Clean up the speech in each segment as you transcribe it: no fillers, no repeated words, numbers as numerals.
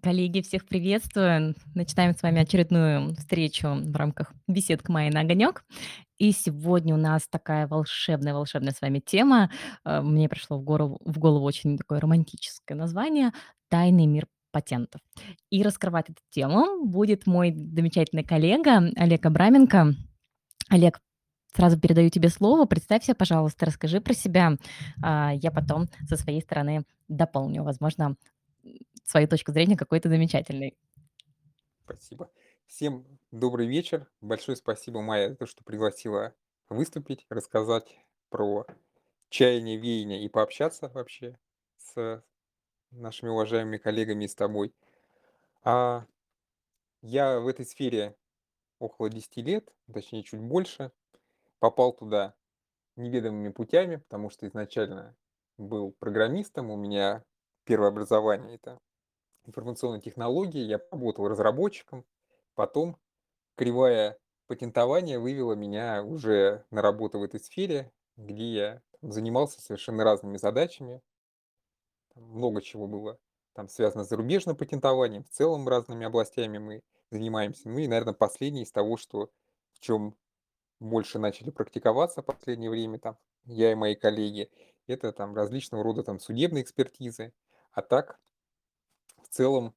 Коллеги, всех приветствую. Начинаем с вами очередную встречу в рамках беседок «Майя на огонек». И сегодня у нас такая волшебная с вами тема. Мне пришло в голову очень такое романтическое название «Тайный мир патентов». И раскрывать эту тему будет мой замечательный коллега Олег Абраменко. Олег, сразу передаю тебе слово. Представься, пожалуйста, расскажи про себя. Я потом со своей стороны дополню, возможно, свою точку зрения какой-то замечательной. Спасибо. Всем добрый вечер. Большое спасибо, Майя, за то, что пригласила выступить, рассказать про чаяние, веяние и пообщаться вообще с нашими уважаемыми коллегами и с тобой. А, я в этой сфере около 10 лет, точнее чуть больше, попал туда неведомыми путями, потому что изначально был программистом, у меня первое образование это информационные технологии, я работал разработчиком, потом кривая патентования вывела меня уже на работу в этой сфере, где я занимался совершенно разными задачами. Там много чего было там связано с зарубежным патентованием, в целом разными областями мы занимаемся. Ну и, наверное, последнее из того, что в чем больше начали практиковаться в последнее время, там, я и мои коллеги, это там различного рода там судебные экспертизы. А так, в целом,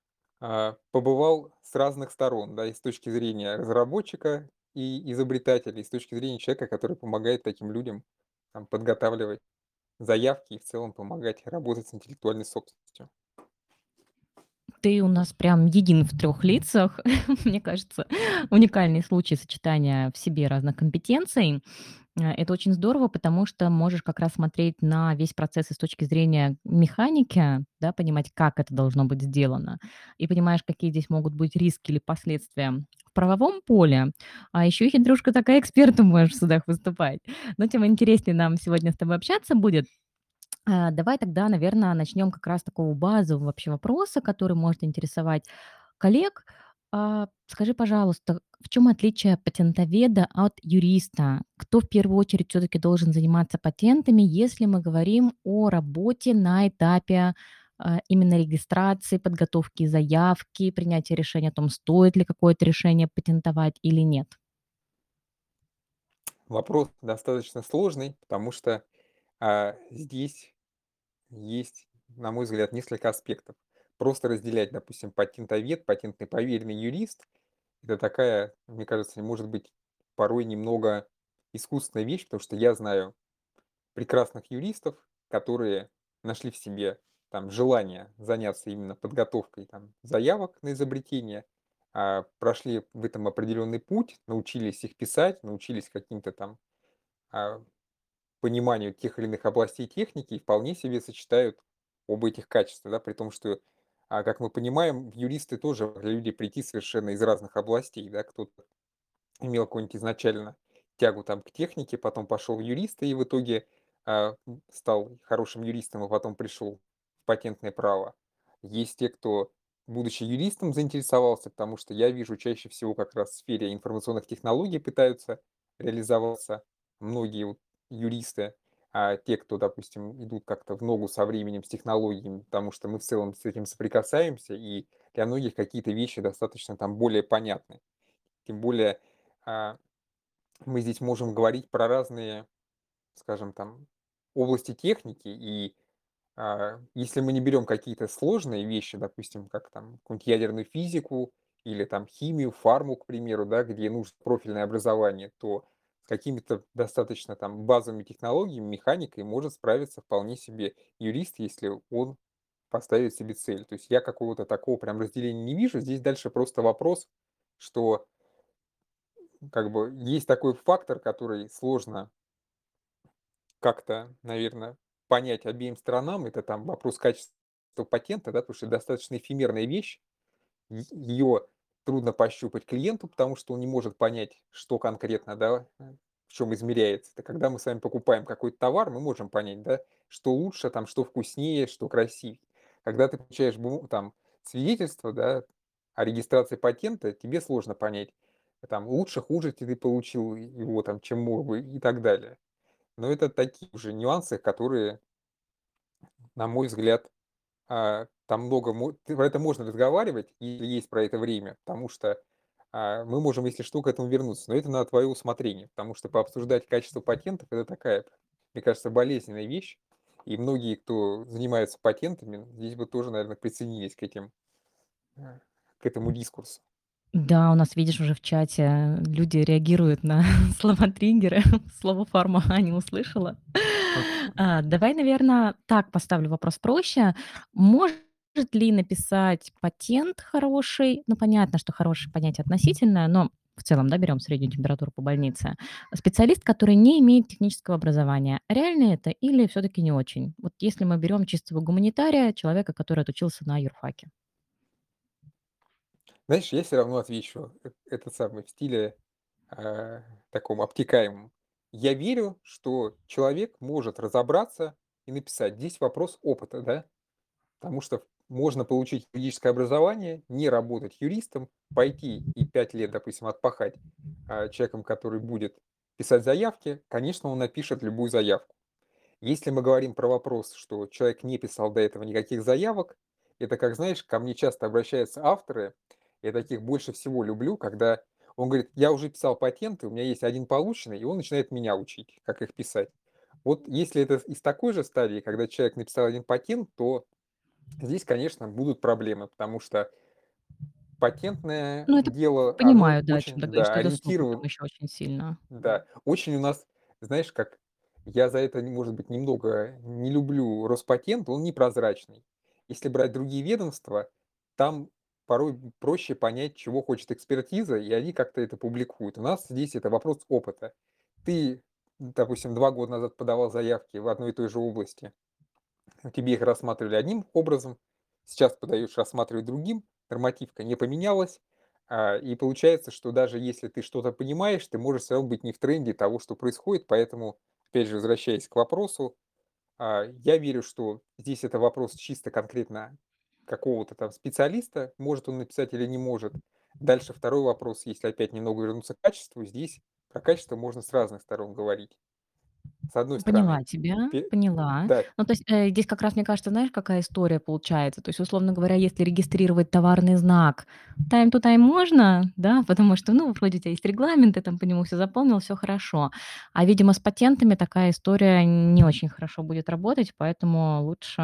побывал с разных сторон, да, и с точки зрения разработчика и изобретателя, и с точки зрения человека, который помогает таким людям там, подготавливать заявки и в целом помогать работать с интеллектуальной собственностью. Ты у нас прям един в трех лицах. Мне кажется, уникальный случай сочетания в себе разных компетенций. Это очень здорово, потому что можешь как раз смотреть на весь процесс и с точки зрения механики, да, понимать, как это должно быть сделано, и понимаешь, какие здесь могут быть риски или последствия в правовом поле. А еще хитрюшка такая, экспертом можешь в судах выступать. Но тем интереснее нам сегодня с тобой общаться будет. Давай тогда, наверное, начнем как раз с такого базового вообще вопроса, который может интересовать коллег. Скажи, пожалуйста, в чем отличие патентоведа от юриста? Кто в первую очередь все-таки должен заниматься патентами, если мы говорим о работе на этапе именно регистрации, подготовки заявки, принятия решения о том, стоит ли какое-то решение патентовать или нет? Вопрос достаточно сложный, потому что здесь есть, на мой взгляд, несколько аспектов. Просто разделять, допустим, патентовед, патентный поверенный юрист, это такая, мне кажется, может быть порой немного искусственная вещь, потому что я знаю прекрасных юристов, которые нашли в себе там желание заняться именно подготовкой там заявок на изобретение, прошли в этом определенный путь, научились их писать, научились каким-то там а, пониманию тех или иных областей техники и вполне себе сочетают оба этих качества, да, при том, что, как мы понимаем, юристы тоже могли люди прийти совершенно из разных областей, да, кто-то имел какую-нибудь изначально тягу там к технике, потом пошел в юристы и в итоге, стал хорошим юристом, а потом пришел в патентное право. Есть те, кто, будучи юристом, заинтересовался, потому что я вижу чаще всего как раз в сфере информационных технологий пытаются реализоваться многие вот юристы, те, кто, допустим, идут как-то в ногу со временем, с технологиями, потому что мы в целом с этим соприкасаемся, и для многих какие-то вещи достаточно там более понятны. Тем более, а, мы здесь можем говорить про разные, скажем там, области техники. И если мы не берем какие-то сложные вещи, допустим, как там какую-нибудь ядерную физику или там химию, фарму, к примеру, да, где нужно профильное образование, то с какими-то достаточно там базовыми технологиями, механикой может справиться вполне себе юрист, если он поставит себе цель. То есть я какого-то такого прям разделения не вижу. Здесь дальше просто вопрос, что как бы есть такой фактор, который сложно как-то, наверное, понять обеим сторонам. Это там вопрос качества патента, да, потому что это достаточно эфемерная вещь. Ее трудно пощупать клиенту, потому что он не может понять, что конкретно, да, в чем измеряется. Это когда мы с вами покупаем какой-то товар, мы можем понять, да, что лучше, там, что вкуснее, что красивее. Когда ты получаешь там свидетельство, да, о регистрации патента, тебе сложно понять, там, лучше, хуже ты получил его, там, чем мог бы и так далее. Но это такие уже нюансы, которые, на мой взгляд, там много про это можно разговаривать, если есть про это время, потому что, мы можем, если что, к этому вернуться. Но это на твое усмотрение, потому что пообсуждать качество патентов — это такая, мне кажется, болезненная вещь. И многие, кто занимается патентами, здесь бы тоже, наверное, присоединились э, к этому дискурсу. Да, у нас, видишь, уже в чате люди реагируют на слова-триггеры. Слово "фарма" не услышала. Давай, наверно, так поставлю вопрос проще. Может ли написать патент хороший, ну, понятно, что хорошее понятие относительное, но в целом, да, берем среднюю температуру по больнице, специалист, который не имеет технического образования. Реально это или все таки не очень? Вот если мы берем чистого гуманитария, человека, который отучился на юрфаке. Знаешь, я все равно отвечу этот самый в стиле, таком обтекаемом. Я верю, что человек может разобраться и написать. Здесь вопрос опыта, да, потому что можно получить юридическое образование, не работать юристом, пойти и 5 лет, допустим, отпахать, человеком, который будет писать заявки. Конечно, он напишет любую заявку. Если мы говорим про вопрос, что человек не писал до этого никаких заявок, это как, знаешь, ко мне часто обращаются авторы, я таких больше всего люблю, когда он говорит: "Я уже писал патенты, у меня есть один полученный", и он начинает меня учить, как их писать. Вот если это из такой же стадии, когда человек написал один патент, то здесь, конечно, будут проблемы, потому что патентное Ну, это дело, оно понимаю, да, о чём ты очень, говоришь, да, что это с опытом ориентировано. еще очень сильно. Да, очень у нас, знаешь, как я за это, может быть, немного не люблю Роспатент, он непрозрачный. Если брать другие ведомства, там порой проще понять, чего хочет экспертиза, и они как-то это публикуют. У нас здесь это вопрос опыта. Ты, допустим, 2 года назад подавал заявки в одной и той же области, тебе их рассматривали одним образом, сейчас подаешь, рассматривать другим, нормативка не поменялась, и получается, что даже если ты что-то понимаешь, ты можешь все равно быть не в тренде того, что происходит. Поэтому, опять же, возвращаясь к вопросу, я верю, что здесь это вопрос чисто конкретно какого-то там специалиста, может он написать или не может. Дальше второй вопрос, если опять немного вернуться к качеству, здесь про качество можно с разных сторон говорить. С одной Поняла стороны, тебя, пе поняла. да. Ну, то есть, здесь как раз, мне кажется, знаешь, какая история получается. То есть, условно говоря, если регистрировать товарный знак time to time можно, да, потому что, ну, вроде у тебя есть регламент, ты там по нему все заполнил, все хорошо. А, видимо, с патентами такая история не очень хорошо будет работать, поэтому лучше,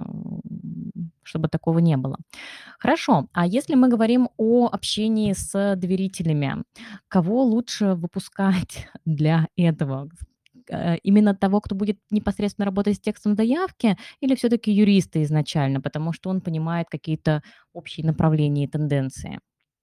чтобы такого не было. Хорошо, а если мы говорим о общении с доверителями, кого лучше выпускать для этого? Именно того, кто будет непосредственно работать с текстом заявки, или все таки юриста изначально, потому что он понимает какие-то общие направления и тенденции?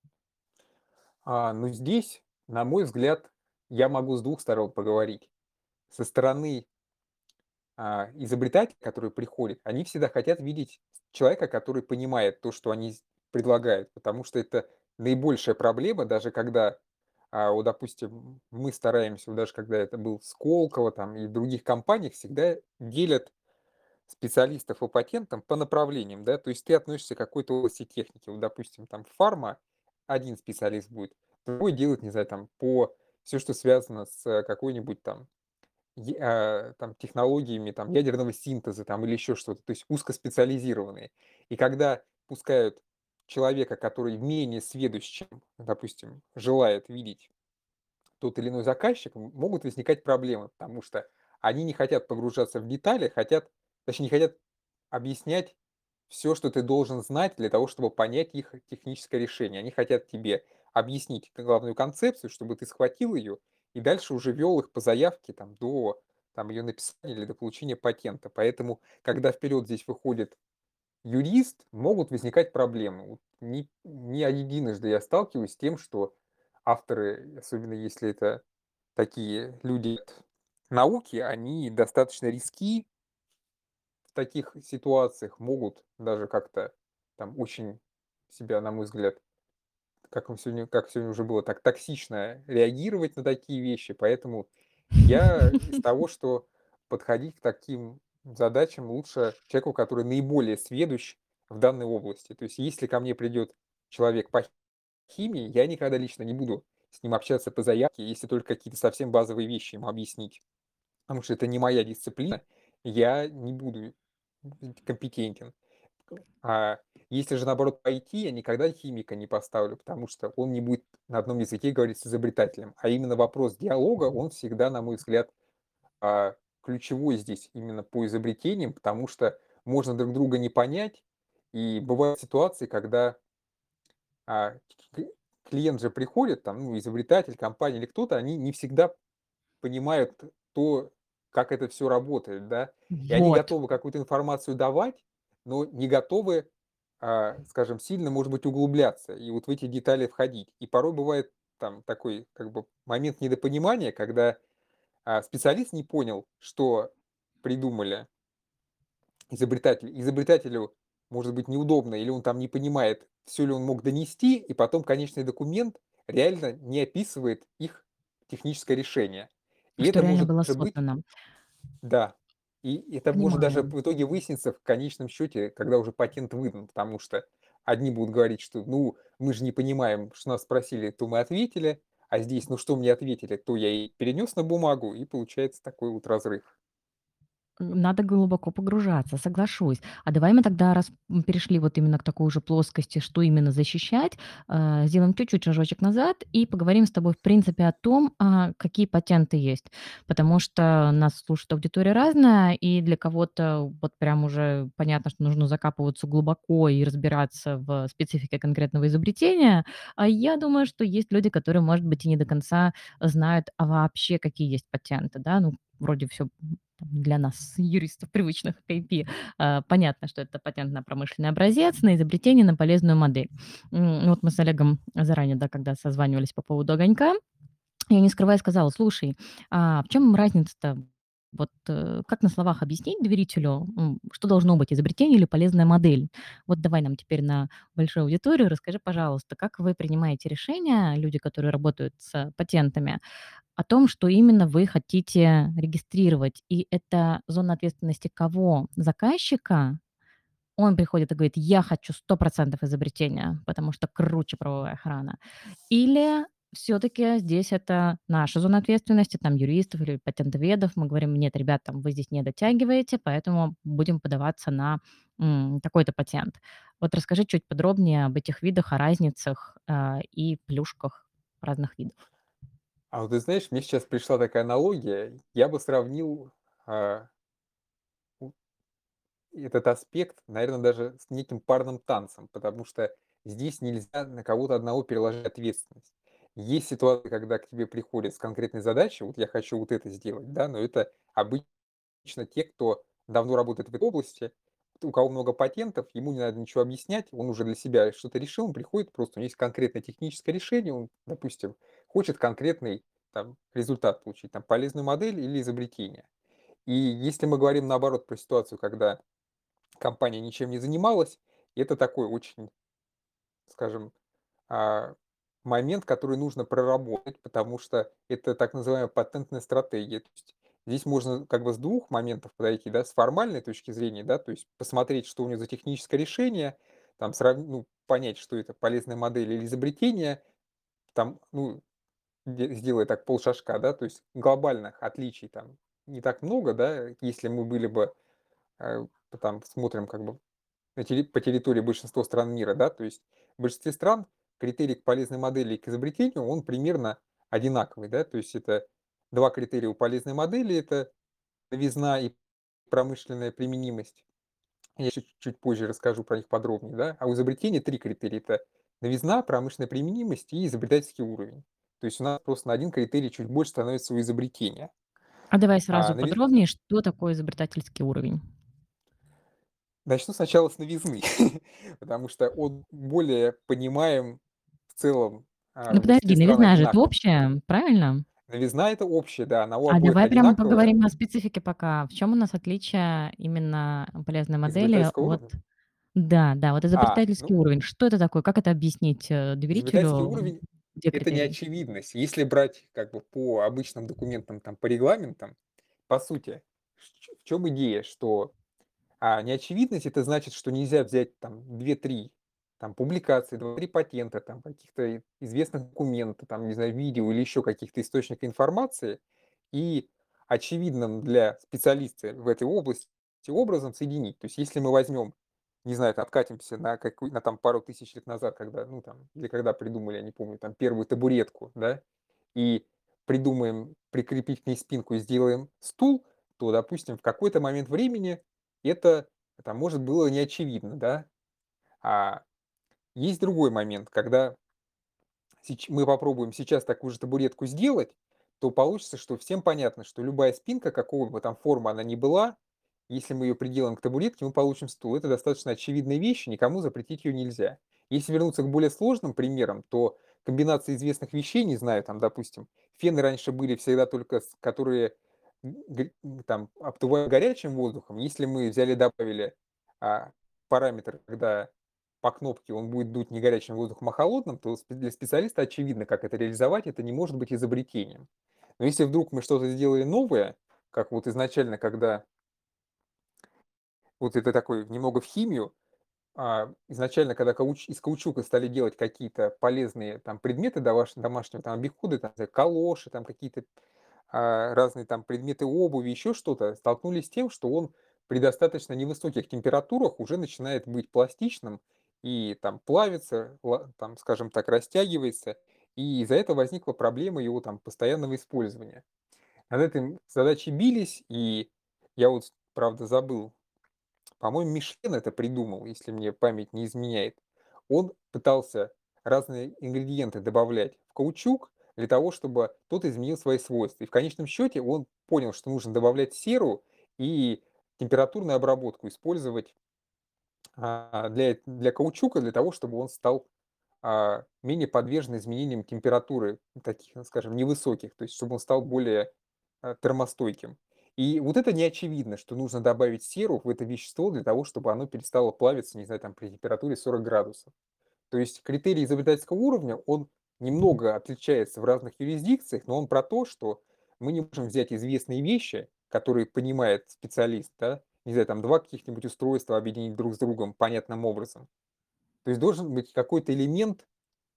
Ну, здесь, на мой взгляд, я могу с двух сторон поговорить. Со стороны, изобретателей, которые приходят, они всегда хотят видеть человека, который понимает то, что они предлагают, потому что это наибольшая проблема, даже когда, вот, допустим, мы стараемся, вот даже когда это был Сколково там и в других компаниях, всегда делят специалистов по патентам по направлениям, да, то есть ты относишься к какой-то области техники. Вот, допустим, там фарма, один специалист будет, другой делает, не знаю, там по все, что связано с какой-нибудь там, там технологиями там ядерного синтеза там или еще что-то, то есть узкоспециализированные. И когда пускают человека, который менее сведущ, чем, допустим, желает видеть тот или иной заказчик, могут возникать проблемы, потому что они не хотят погружаться в детали, хотят, точнее, не хотят объяснять все, что ты должен знать для того, чтобы понять их техническое решение. Они хотят тебе объяснить главную концепцию, чтобы ты схватил ее и дальше уже вел их по заявке там, до там, ее написания или до получения патента. Поэтому, когда вперед здесь выходит юрист, могут возникать проблемы. Вот не единожды я сталкиваюсь с тем, что авторы, особенно если это такие люди от науки, они достаточно риски в таких ситуациях, могут даже как-то там очень себя, на мой взгляд, как сегодня уже было, так токсично реагировать на такие вещи. Поэтому я из того, что подходить к таким задачам лучше человеку, который наиболее сведущ в данной области. То есть если ко мне придет человек по химии, я никогда лично не буду с ним общаться по заявке, если только какие-то совсем базовые вещи ему объяснить. Потому что это не моя дисциплина, я не буду компетентен. А если же, наоборот, по IT, я никогда химика не поставлю, потому что он не будет на одном языке говорить с изобретателем. А именно вопрос диалога, он всегда, на мой взгляд, ключевой здесь именно по изобретениям, потому что можно друг друга не понять. И бывают ситуации, когда а, к клиент же приходит, там, ну, изобретатель, компания или кто-то, они не всегда понимают то, как это все работает, да. И они Вот. готовы какую-то информацию давать, но не готовы, скажем, сильно, может быть, углубляться и вот в эти детали входить. И порой бывает там такой как бы момент недопонимания, когда, специалист не понял, что придумали изобретатель. Изобретателю может быть неудобно или он там не понимает, все ли он мог донести, и потом конечный документ реально не описывает их техническое решение. И Что это реально может было даже быть, создано. да. И это может даже Понимаю. в итоге выясниться в конечном счете, когда уже патент выдан, потому что одни будут говорить, что ну мы же не понимаем, что нас спросили, то мы ответили, а здесь, ну что мне ответили, то я и перенес на бумагу, и получается такой вот разрыв. Надо глубоко погружаться, соглашусь. А давай мы тогда, раз перешли вот именно к такой уже плоскости, что именно защищать, сделаем чуть-чуть шажочек назад и поговорим с тобой, в принципе, о том, какие патенты есть. Потому что нас слушает аудитория разная, и для кого-то вот прям уже понятно, что нужно закапываться глубоко и разбираться в специфике конкретного изобретения. А я думаю, что есть люди, которые, может быть, и не до конца знают, вообще какие есть патенты, да, ну, вроде все для нас, юристов, привычных к IP, понятно, что это патентно-промышленный образец на изобретение на полезную модель. Ну вот мы с Олегом заранее, да, когда созванивались по поводу огонька, я не скрывая сказала: "Слушай, в чем разница-то? Вот, как на словах объяснить доверителю, что должно быть: изобретение или полезная модель? Вот давай нам теперь на большую аудиторию расскажи, пожалуйста, как вы принимаете решения, люди, которые работают с патентами, о том, что именно вы хотите регистрировать. И это зона ответственности кого? Заказчика? Он приходит и говорит: "Я хочу 100% изобретения, потому что круче правовая охрана". Или все таки здесь это наша зона ответственности, там, юристов или патентоведов. Мы говорим: "Нет, ребят, там, вы здесь не дотягиваете, поэтому будем подаваться на, такой-то патент". Вот расскажи чуть подробнее об этих видах, о разницах, и плюшках разных видов. А вот ты знаешь, мне сейчас пришла такая аналогия. Я бы сравнил, а, у этот аспект, наверное, даже с неким парным танцем, потому что здесь нельзя на кого-то одного переложить ответственность. Есть ситуации, когда к тебе приходят с конкретной задачей: "Вот я хочу вот это сделать", да, но это обычно те, кто давно работает в этой области, у кого много патентов, ему не надо ничего объяснять, он уже для себя что-то решил, он приходит, просто у него есть конкретное техническое решение, он, допустим, хочет конкретный там результат получить, там полезную модель или изобретение. И если мы говорим наоборот про ситуацию, когда компания ничем не занималась, это такой очень, скажем, а, момент, который нужно проработать, потому что это так называемая патентная стратегия. То есть здесь можно как бы с двух моментов подойти, да, с формальной точки зрения, да, то есть посмотреть, что у него за техническое решение, там, ну, понять, что это полезная модель или изобретение, там, ну, сделай так полшажка, да, то есть глобальных отличий там не так много, да, если мы были бы, там, смотрим как бы по территории большинства стран мира, да, то есть в большинстве стран критерий к полезной модели и к изобретению, он примерно одинаковый, да, то есть это два критерия у полезной модели, это новизна и промышленная применимость. Я чуть позже расскажу про них подробнее, да, а у изобретения три критерия, это новизна, промышленная применимость и изобретательский уровень. То есть у нас просто на один критерий чуть больше становится у изобретения. А давай А, сразу подробнее, что такое изобретательский уровень. Начну сначала с новизны, потому что он более понимаем в целом, Ну, в подожди, большинстве стран новизна же это одинаков. общее, правильно? Новизна — это общее, да, она у А обоих давай прямо одинаковая, поговорим о специфике пока. В чем у нас отличие именно полезной модели изобретательского от. уровня. Да, да, вот изобретательский Ну, уровень. Что это такое? Как это объяснить, изобретательский доверителю? уровень — Где это не критерий? очевидность. Если брать как бы по обычным документам, там, по регламентам, по сути, в чем идея, что неочевидность — это значит, что нельзя взять там две-три там публикации, два-три патента, там каких-то известных документов, там, не знаю, видео или еще каких-то источников информации и очевидным для специалиста в этой области образом соединить. То есть если мы возьмем не знаю, там откатимся на там пару тысяч лет назад, когда, ну, там, или когда придумали, я не помню, там первую табуретку, да, и придумаем прикрепить к ней спинку и сделаем стул, то, допустим, в какой-то момент времени это, там, может, было не очевидно, да. А есть другой момент, когда мы попробуем сейчас такую же табуретку сделать, то получится, что всем понятно, что любая спинка, какого бы там формы она ни была, если мы ее приделаем к табуретке, мы получим стул. Это достаточно очевидная вещь, и никому запретить ее нельзя. Если вернуться к более сложным примерам, то комбинация известных вещей, не знаю, там, допустим, фены раньше были всегда только, которые там обдувают горячим воздухом. Если мы взяли, добавили а, параметр, когда по кнопке он будет дуть не горячим воздухом, а холодным, то для специалиста очевидно, как это реализовать, это не может быть изобретением. Но если вдруг мы что-то сделали новое, как вот изначально, когда вот это такой немного в химию, изначально, когда из каучука стали делать какие-то полезные там предметы домашнего там обихода, там, не знаю, калоши, там какие-то разные там предметы обуви, еще что-то, столкнулись с тем, что он при достаточно невысоких температурах уже начинает быть пластичным и там плавится, там, скажем так, растягивается, и из-за этого возникла проблема его там постоянного использования. Над этой задачей бились, и я вот, правда, забыл, по-моему, Мишлен это придумал, если мне память не изменяет. Он пытался разные ингредиенты добавлять в каучук для того, чтобы тот изменил свои свойства. И в конечном счете он понял, что нужно добавлять серу и температурную обработку использовать для каучука, для того, чтобы он стал менее подвержен изменениям температуры, таких, ну, скажем, невысоких, то есть чтобы он стал более термостойким. И вот это не очевидно, что нужно добавить серу в это вещество для того, чтобы оно перестало плавиться, не знаю, там при температуре 40 градусов. То есть критерий изобретательского уровня, он немного отличается в разных юрисдикциях, но он про то, что мы не можем взять известные вещи, которые понимает специалист, да, не знаю, там два каких-нибудь устройства объединить друг с другом понятным образом. То есть должен быть какой-то элемент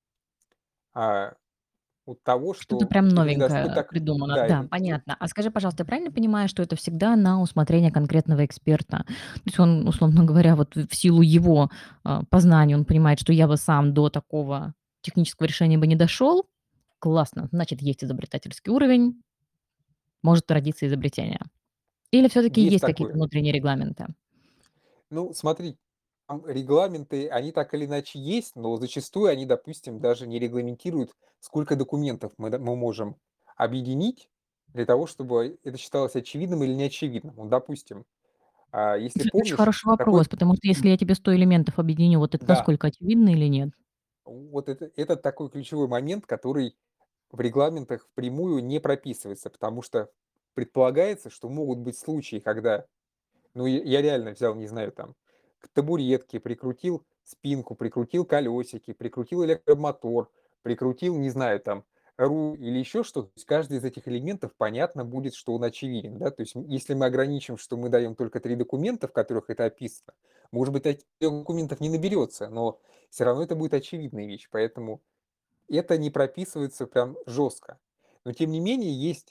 а, вот того, Что-то что прям это не даст. Ну новенькое так, придумано. да, Да, понятно. А скажи, пожалуйста, я правильно понимаю, что это всегда на усмотрение конкретного эксперта? То есть он, условно говоря, вот в силу его, познания, он понимает, что я бы сам до такого технического решения бы не дошел. Классно, значит, есть изобретательский уровень, может родиться изобретение. Или все таки есть есть какие-то такое. внутренние регламенты? Ну, смотри, там регламенты, они так или иначе есть, но зачастую они, допустим, даже не регламентируют, сколько документов мы можем объединить для того, чтобы это считалось очевидным или неочевидным. Вот, допустим, если Слушай, это очень помнишь, хороший вопрос, такой, потому что если я тебе 100 элементов объединю, вот это да, насколько очевидно или нет? вот это такой ключевой момент, который в регламентах впрямую не прописывается, потому что предполагается, что могут быть случаи, когда, ну, я реально взял, не знаю, там, к табуретке прикрутил спинку, прикрутил колесики, прикрутил электромотор, прикрутил, не знаю, там, руль или еще что-то. То есть каждый из этих элементов понятно будет, что он очевиден, да. То есть если мы ограничим, что мы даем только 3 документа, в которых это описано, может быть, таких документов не наберется, но все равно это будет очевидная вещь. Поэтому это не прописывается прям жестко. Но тем не менее есть,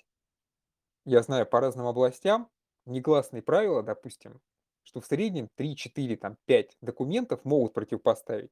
я знаю, по разным областям негласные правила, допустим, что в среднем 3, 4, там 5 документов могут противопоставить.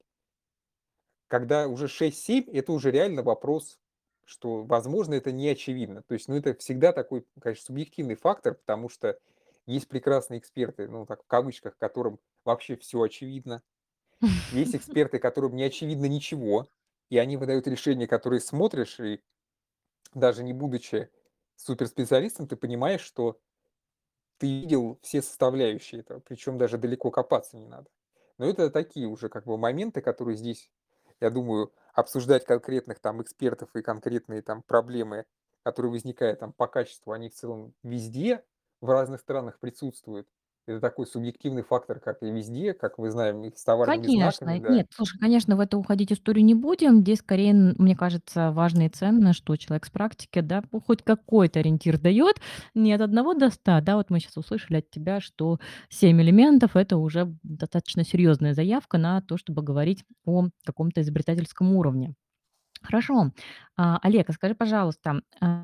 Когда уже 6, 7, это уже реально вопрос, что, возможно, это не очевидно. То есть, ну, это всегда такой, конечно, субъективный фактор, потому что есть прекрасные эксперты, ну, так в кавычках, которым вообще все очевидно. Есть эксперты, которым не очевидно ничего, и они выдают решения, которые смотришь, и даже не будучи суперспециалистом, ты понимаешь, что ты видел все составляющие этого, причем даже далеко копаться не надо. Но это такие уже как бы моменты, которые здесь, я думаю, обсуждать конкретных там экспертов и конкретные там проблемы, которые возникают там по качеству, они в целом везде в разных странах присутствуют. Это такой субъективный фактор, как и везде, как мы знаем, и с товарными знаками, Конечно. да. Нет, слушай, конечно, в это уходить историю не будем. Здесь скорее, мне кажется, важно и ценно, что человек с практики, да, хоть какой-то ориентир дает. Не от 1 до 100, да, вот мы сейчас услышали от тебя, что 7 элементов — это уже достаточно серьезная заявка на то, чтобы говорить о каком-то изобретательском уровне. Хорошо. Олег, а скажи, пожалуйста,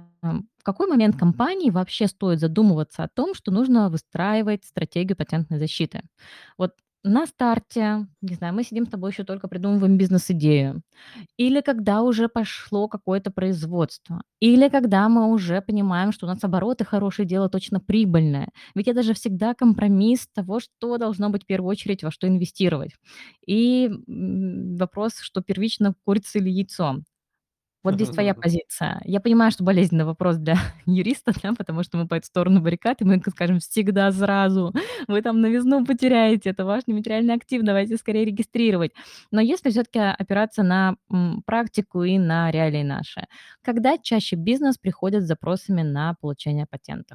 в какой момент компании вообще стоит задумываться о том, что нужно выстраивать стратегию патентной защиты? Вот на старте, не знаю, мы сидим с тобой еще только придумываем бизнес-идею, или когда уже пошло какое-то производство, или когда мы уже понимаем, что у нас обороты хорошие, дело точно прибыльное. Ведь это же всегда компромисс того, что должно быть в первую очередь, во что инвестировать. И вопрос, что первично, курица или яйцо. Вот здесь твоя позиция. Я понимаю, что болезненный вопрос для юриста, да, потому что мы по эту сторону баррикад, и мы скажем всегда сразу: "Вы там новизну потеряете, это ваш нематериальный актив, давайте скорее регистрировать". Но если всё-таки опираться на, практику и на реалии наши, когда чаще бизнес приходит с запросами на получение патентов?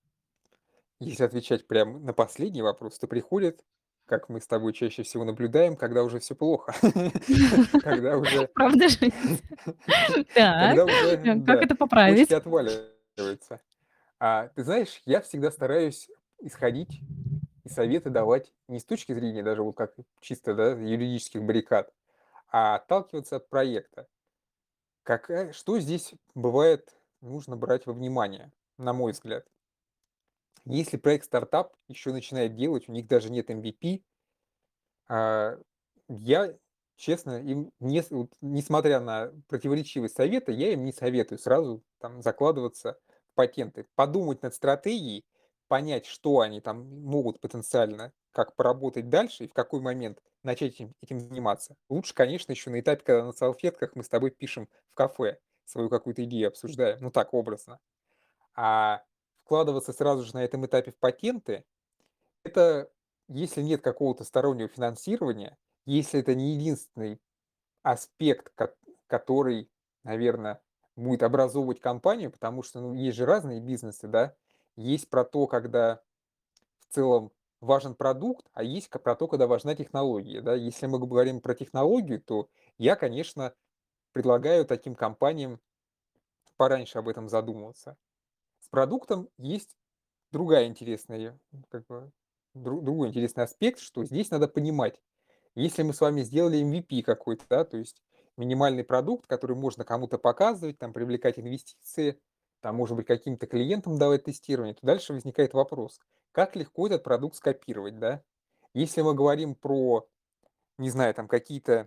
Если отвечать прям на последний вопрос, то приходит, как мы с тобой чаще всего наблюдаем, когда уже все плохо. Когда уже Правда же? Так, когда уже, как да, это почки поправить? отваливаются. Ты знаешь, я всегда стараюсь исходить и советы давать не с точки зрения даже вот как чисто, да, юридических баррикад, а отталкиваться от проекта. Что здесь бывает нужно брать во внимание, на мой взгляд? Если проект стартап еще начинает делать, у них даже нет MVP, а, я, честно, им вот несмотря на противоречивость совета, я им не советую сразу там закладываться в патенты. Подумать над стратегией, понять, что они там могут потенциально, как поработать дальше и в какой момент начать этим заниматься. Лучше, конечно, еще на этапе, когда на салфетках мы с тобой пишем в кафе, свою какую-то идею обсуждаем, ну так, образно. А вкладываться сразу же на этом этапе в патенты, это если нет какого-то стороннего финансирования, если это не единственный аспект, который, наверное, будет образовывать компанию, потому что, ну, есть же разные бизнесы, да. Есть про то, когда в целом важен продукт, а есть про то, когда важна технология, да. Если мы говорим про технологию, то я, конечно, предлагаю таким компаниям пораньше об этом задумываться. С продуктом есть другая интересная, как бы, другой интересный аспект, что здесь надо понимать, если мы с вами сделали MVP какой-то, да, то есть минимальный продукт, который можно кому-то показывать, там, привлекать инвестиции, там, может быть, каким-то клиентам давать тестирование, то дальше возникает вопрос, как легко этот продукт скопировать, да? Если мы говорим про, не знаю, там, какие-то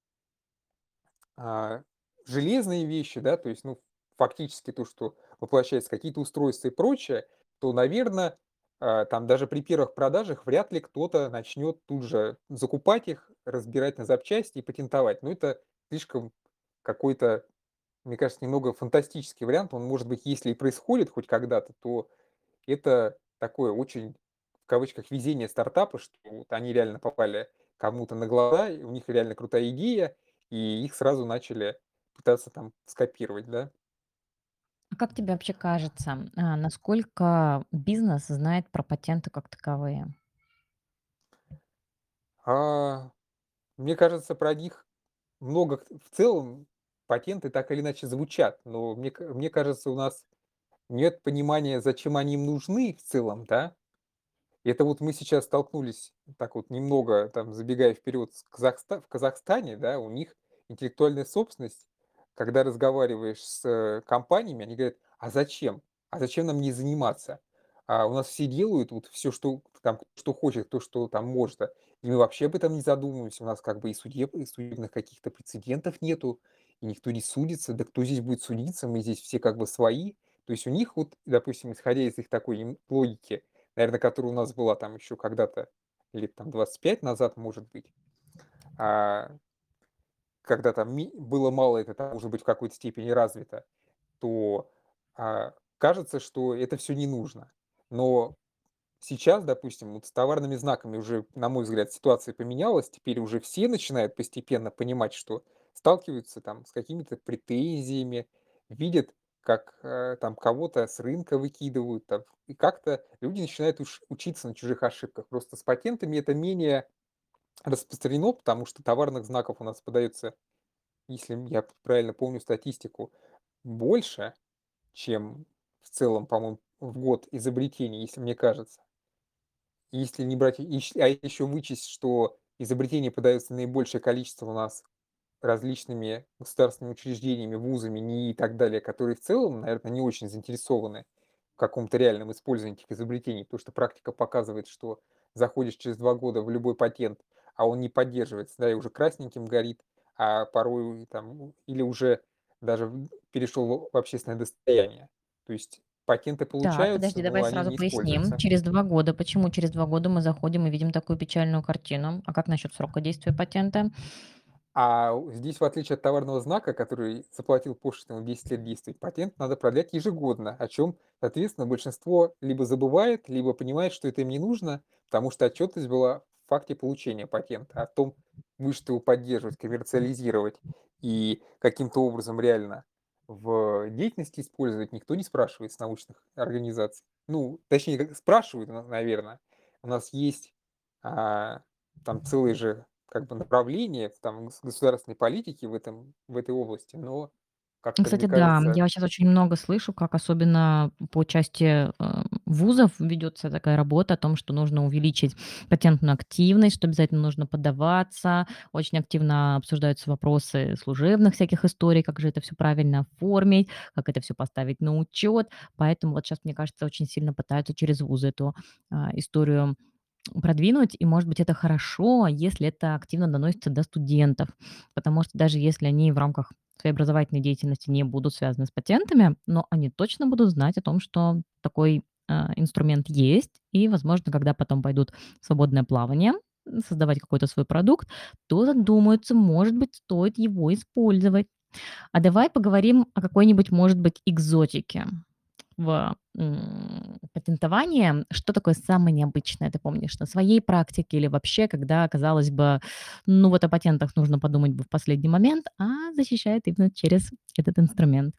а, железные вещи, да, то есть, ну, фактически то, что воплощается, какие-то устройства и прочее, то, наверное, там даже при первых продажах вряд ли кто-то начнет тут же закупать их, разбирать на запчасти и патентовать. Ну, это слишком какой-то, мне кажется, немного фантастический вариант. Он, может быть, если и происходит хоть когда-то, то это такое очень, в кавычках, везение стартапа, что вот они реально попали кому-то на глаза, и у них реально крутая идея, и их сразу начали пытаться там скопировать, да. А как тебе вообще кажется, насколько бизнес знает про патенты как таковые? А, Мне кажется, про них много в целом патенты так или иначе звучат, но мне кажется, у нас нет понимания, зачем они им нужны в целом, да. И это вот мы сейчас столкнулись, так вот немного там забегая вперед, в Казахстане, да, у них интеллектуальная собственность, когда разговариваешь с компаниями, они говорят: "А зачем? А зачем нам не заниматься? У нас все делают вот все, что там, что хочет, то, что там может, и мы вообще об этом не задумываемся. У нас как бы и судебных каких-то прецедентов нету, и никто не судится. Да кто здесь будет судиться? Мы здесь все как бы свои". То есть у них вот, допустим, исходя из их такой логики, наверное, которая у нас была там еще когда-то лет там 25 назад, может быть, а, когда там было мало это там, может быть, в какой-то степени развито, то кажется, что это все не нужно. Но сейчас, допустим, вот с товарными знаками уже, на мой взгляд, ситуация поменялась. Теперь уже все начинают постепенно понимать, что сталкиваются там с какими-то претензиями, видят, как там кого-то с рынка выкидывают, там, и как-то люди начинают учиться на чужих ошибках. Просто с патентами это менее распространено, потому что товарных знаков у нас подается, если я правильно помню статистику, больше, чем в целом, по-моему, в год изобретений, если мне кажется. Если не брать, еще вычесть, что изобретений подается наибольшее количество у нас различными государственными учреждениями, вузами, НИИ и так далее, которые в целом, наверное, не очень заинтересованы в каком-то реальном использовании этих изобретений, потому что практика показывает, что заходишь через 2 года в любой патент, а он не поддерживается, да, и уже красненьким горит, а порой там или уже даже перешел в общественное достояние. То есть патенты Так, получаются, подожди, но давай они сразу не поясним. используются. Через 2 года. Почему через 2 года мы заходим и видим такую печальную картину? А как насчет срока действия патента? Здесь, в отличие от товарного знака, который заплатил пошлину на 10 лет действовать, патент надо продлять ежегодно, о чем, соответственно, большинство либо забывает, либо понимает, что это им не нужно, потому что отчетность была в факте получения патента. О том, будешь ты его поддерживать, коммерциализировать и каким-то образом реально в деятельности использовать, никто не спрашивает с научных организаций. Ну, точнее, спрашивают, наверное. У нас есть а, там целые же как бы направления там государственной политики в этой области, но как-то, мне Кстати, да, кажется, я сейчас очень много слышу, как особенно по части, вузов ведется такая работа о том, что нужно увеличить патентную активность, что обязательно нужно подаваться. Очень активно обсуждаются вопросы служебных всяких историй, как же это все правильно оформить, как это все поставить на учет. Поэтому вот сейчас, мне кажется, очень сильно пытаются через вузы эту, историю продвинуть. И, может быть, это хорошо, если это активно доносится до студентов. Потому что даже если они в рамках своей образовательной деятельности не будут связаны с патентами, но они точно будут знать о том, что такой инструмент есть. И, возможно, когда потом пойдут в свободное плавание, создавать какой-то свой продукт, то задумаются, может быть, стоит его использовать. А давай поговорим о какой-нибудь, может быть, экзотике в, патентовании. Что такое самое необычное, ты помнишь, на своей практике или вообще, когда, казалось бы, ну вот о патентах нужно подумать бы в последний момент, а защищает именно через этот инструмент?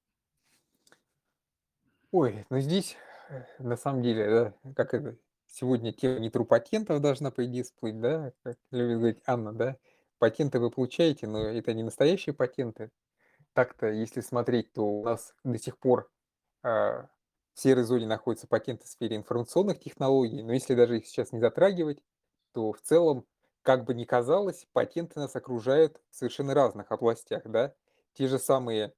ой, ну здесь, на самом деле, да, как это, сегодня тема не тру патентов должна, по идее, всплыть, да, как любит говорить Анна, да. Патенты вы получаете, но это не настоящие патенты. Так-то, если смотреть, то у нас до сих пор в серой зоне находятся патенты в сфере информационных технологий, но если даже их сейчас не затрагивать, то в целом, как бы ни казалось, патенты нас окружают в совершенно разных областях, да. Те же самые,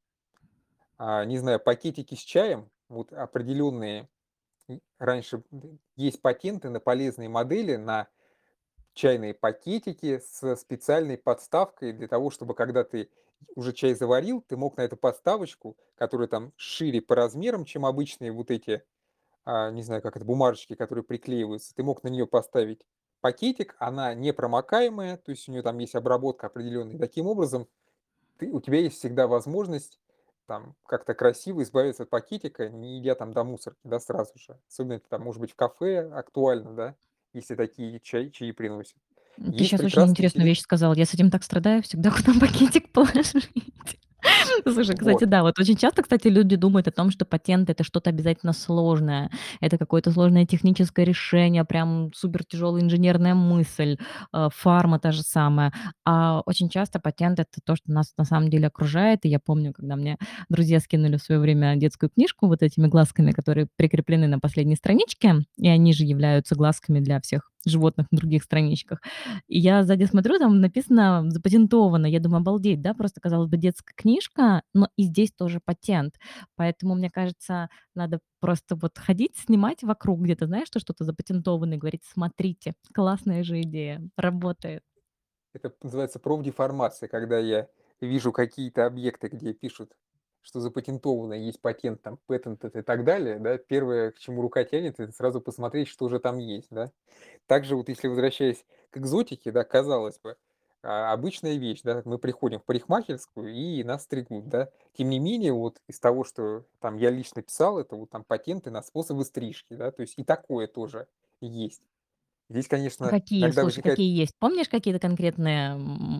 не знаю, пакетики с чаем, вот определенные, раньше есть патенты на полезные модели, на чайные пакетики с специальной подставкой для того, чтобы когда ты уже чай заварил, ты мог на эту подставочку, которая там шире по размерам, чем обычные вот эти, не знаю, как это, бумажечки, которые приклеиваются, ты мог на нее поставить пакетик, она непромокаемая, то есть у нее там есть обработка определенная. Таким образом, у тебя есть всегда возможность там как-то красиво избавиться от пакетика, не идя там до мусорки, да, сразу же. Особенно это там, может быть, в кафе актуально, да, если такие чаи приносят. Ты Есть сейчас очень прекрасные интересную вещь сказал. Я с этим так страдаю всегда, куда пакетик положить. Слушай, кстати, вот. да, вот очень часто, кстати, люди думают о том, что патент — это что-то обязательно сложное, это какое-то сложное техническое решение, прям супер тяжелая инженерная мысль, фарма та же самая. А очень часто патент — это то, что нас на самом деле окружает. И я помню, когда мне друзья скинули в свое время детскую книжку вот этими глазками, которые прикреплены на последней страничке, и они же являются глазками для всех животных на других страничках. И я сзади смотрю, там написано "запатентовано". Я думаю: обалдеть, да, просто, казалось бы, детская книжка, но и здесь тоже патент. Поэтому, мне кажется, надо просто вот ходить, снимать вокруг где-то, знаешь, что что-то запатентовано, и говорить: "Смотрите, классная же идея, работает". Это называется профдеформация, когда я вижу какие-то объекты, где пишут, что запатентовано, есть патент, там, patented и так далее, да, первое, к чему рука тянет, это сразу посмотреть, что же там есть, да. Также вот если возвращаясь к экзотике, да, казалось бы, обычная вещь, да, мы приходим в парикмахерскую и нас стригут, да. Тем не менее, вот из того, что там я лично писал, это вот там патенты на способы стрижки, да, то есть и такое тоже есть. Здесь, А конечно, какие, иногда слушай, возникает. какие есть? Помнишь какие-то конкретные,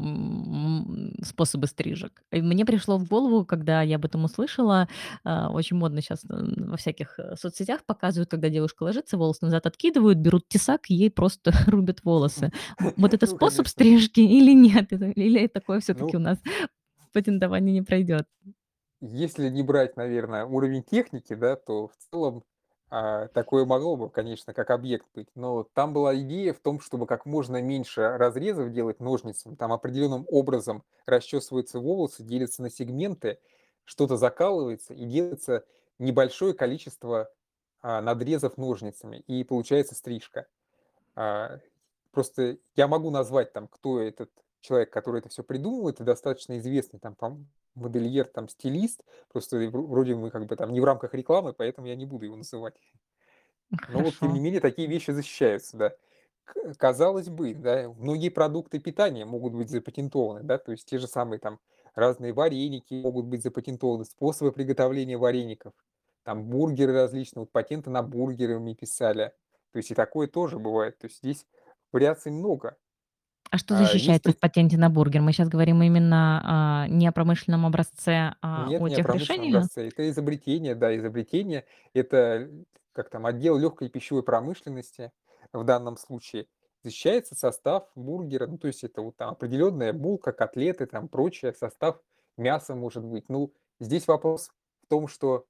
способы стрижек? И мне пришло в голову, когда я об этом услышала, очень модно сейчас во всяких, соцсетях показывают, когда девушка ложится, волосы назад откидывают, берут тесак и ей просто рубят волосы. Вот это Ну, способ конечно. стрижки или нет? Или такое все таки Ну, у нас патентование не пройдет? если не брать, наверное, уровень техники, да, то в целом, такое могло бы, конечно, как объект быть. Но там была идея в том, чтобы как можно меньше разрезов делать ножницами. Там определенным образом расчесываются волосы, делятся на сегменты, что-то закалывается и делается небольшое количество, надрезов ножницами, и получается стрижка. А, просто я могу назвать там, кто этот человек, который это все придумал. Это достаточно известный там модельер, там стилист. Просто вроде мы как бы там не в рамках рекламы, поэтому я не буду его называть. Но вот тем Хорошо. не менее такие вещи защищаются, да. Казалось бы, да, многие продукты питания могут быть запатентованы, да, то есть те же самые там разные вареники могут быть запатентованы, способы приготовления вареников, там бургеры различные, вот патенты на бургеры мне писали. То есть и такое тоже бывает. То есть здесь вариаций много. А что Есть защищается в пред патенте на бургер? Мы сейчас говорим именно, не о промышленном образце, а Нет, о не о тех промышленном решениях? образце. Это изобретение, да, изобретение. Это, как там, отдел легкой пищевой промышленности в данном случае. Защищается состав бургера, ну, то есть это вот там определенная булка, котлеты, там прочее, состав мяса может быть. Ну, здесь вопрос в том, что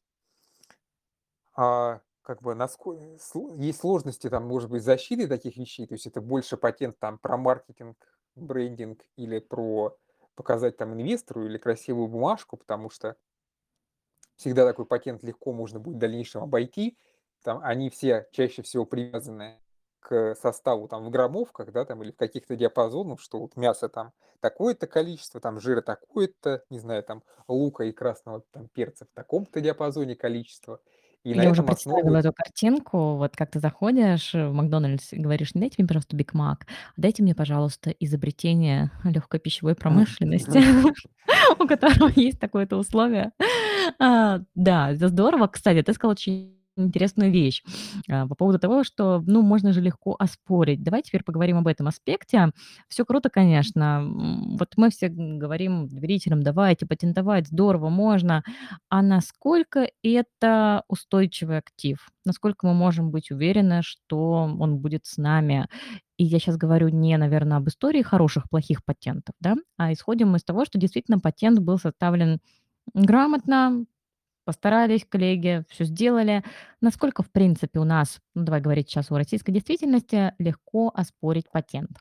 как бы есть сложности там, может быть, защиты таких вещей, то есть это больше патент там про маркетинг, брендинг или про показать там инвестору или красивую бумажку, потому что всегда такой патент легко можно будет в дальнейшем обойти. Там они все чаще всего привязаны к составу там в граммовках, да, там или в каких-то диапазонах, что вот мясо там такое-то количество, там жира такое-то, не знаю, там лука и красного там перца в таком-то диапазоне количество. И на Я уже этом представила основываются. эту картинку. Вот как ты заходишь в "Макдональдс" и говоришь: "Не дайте мне, пожалуйста, Биг Мак, а дайте мне, пожалуйста, изобретение легкой пищевой промышленности, у которого есть такое-то условие". Да, это здорово. Кстати, ты сказал очень интересную вещь, по поводу того, что, ну, можно же легко оспорить. Давай теперь поговорим об этом аспекте. Все круто, конечно. Вот мы все говорим доверителям: "Давайте патентовать, здорово, можно". А насколько это устойчивый актив? Насколько мы можем быть уверены, что он будет с нами? И я сейчас говорю не, наверное, об истории хороших, плохих патентов, да, а исходим из того, что действительно патент был составлен грамотно, постарались коллеги, все сделали. Насколько, в принципе, у нас, ну, давай говорить сейчас о российской действительности, легко оспорить патент?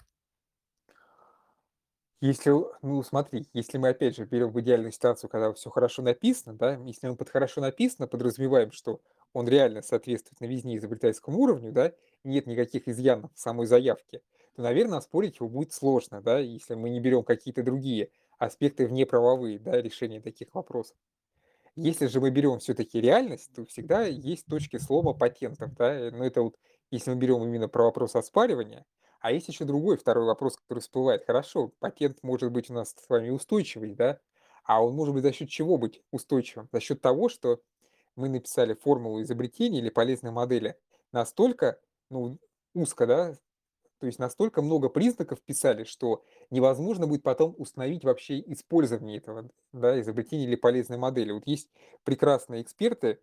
Если, ну смотри, если мы опять же берем в идеальную ситуацию, когда все хорошо написано, да, если он под хорошо написано, подразумеваем, что он реально соответствует новизне и изобретательскому уровню, да, и нет никаких изъянов в самой заявке, то, наверное, оспорить его будет сложно, да, если мы не берем какие-то другие аспекты внеправовые, да, решения таких вопросов. Если же мы берем все-таки реальность, то всегда есть точки слома патентов, да, но это вот если мы берем именно про вопрос оспаривания, а есть еще другой, второй вопрос, который всплывает. Хорошо, патент может быть у нас с вами устойчивый, да, а он может быть за счет чего быть устойчивым? За счет того, что мы написали формулу изобретения или полезной модели настолько, ну, узко, да, то есть настолько много признаков писали, что невозможно будет потом установить вообще использование этого, да, изобретения или полезной модели. Вот есть прекрасные эксперты,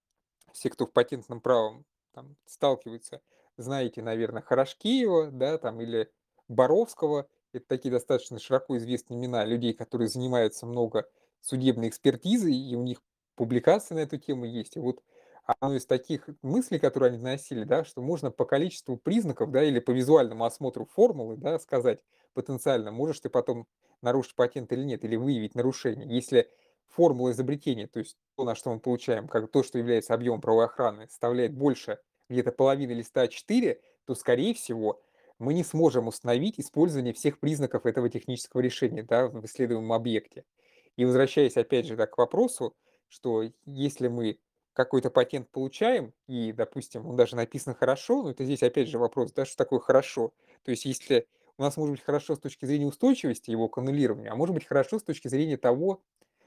все, кто в патентном правом там сталкиваются, знаете, наверное, Хорошкеева, да, там или Боровского. Это такие достаточно широко известные имена людей, которые занимаются много судебной экспертизой, и у них публикации на эту тему есть. И вот одно из таких мыслей, которые они носили, да, что можно по количеству признаков, да, или по визуальному осмотру формулы, да, сказать потенциально, можешь ты потом нарушить патент или нет, или выявить нарушение. Если формула изобретения, то есть то, на что мы получаем, как то, что является объемом правовой охраны, составляет больше где-то половины листа А4, то, скорее всего, мы не сможем установить использование всех признаков этого технического решения, да, в исследуемом объекте. И возвращаясь опять же, да, к вопросу, что если мы какой-то патент получаем, и, допустим, он даже написан хорошо, но это здесь опять же вопрос, да, что такое хорошо. То есть если у нас может быть хорошо с точки зрения устойчивости его к аннулированию, а может быть хорошо с точки зрения того,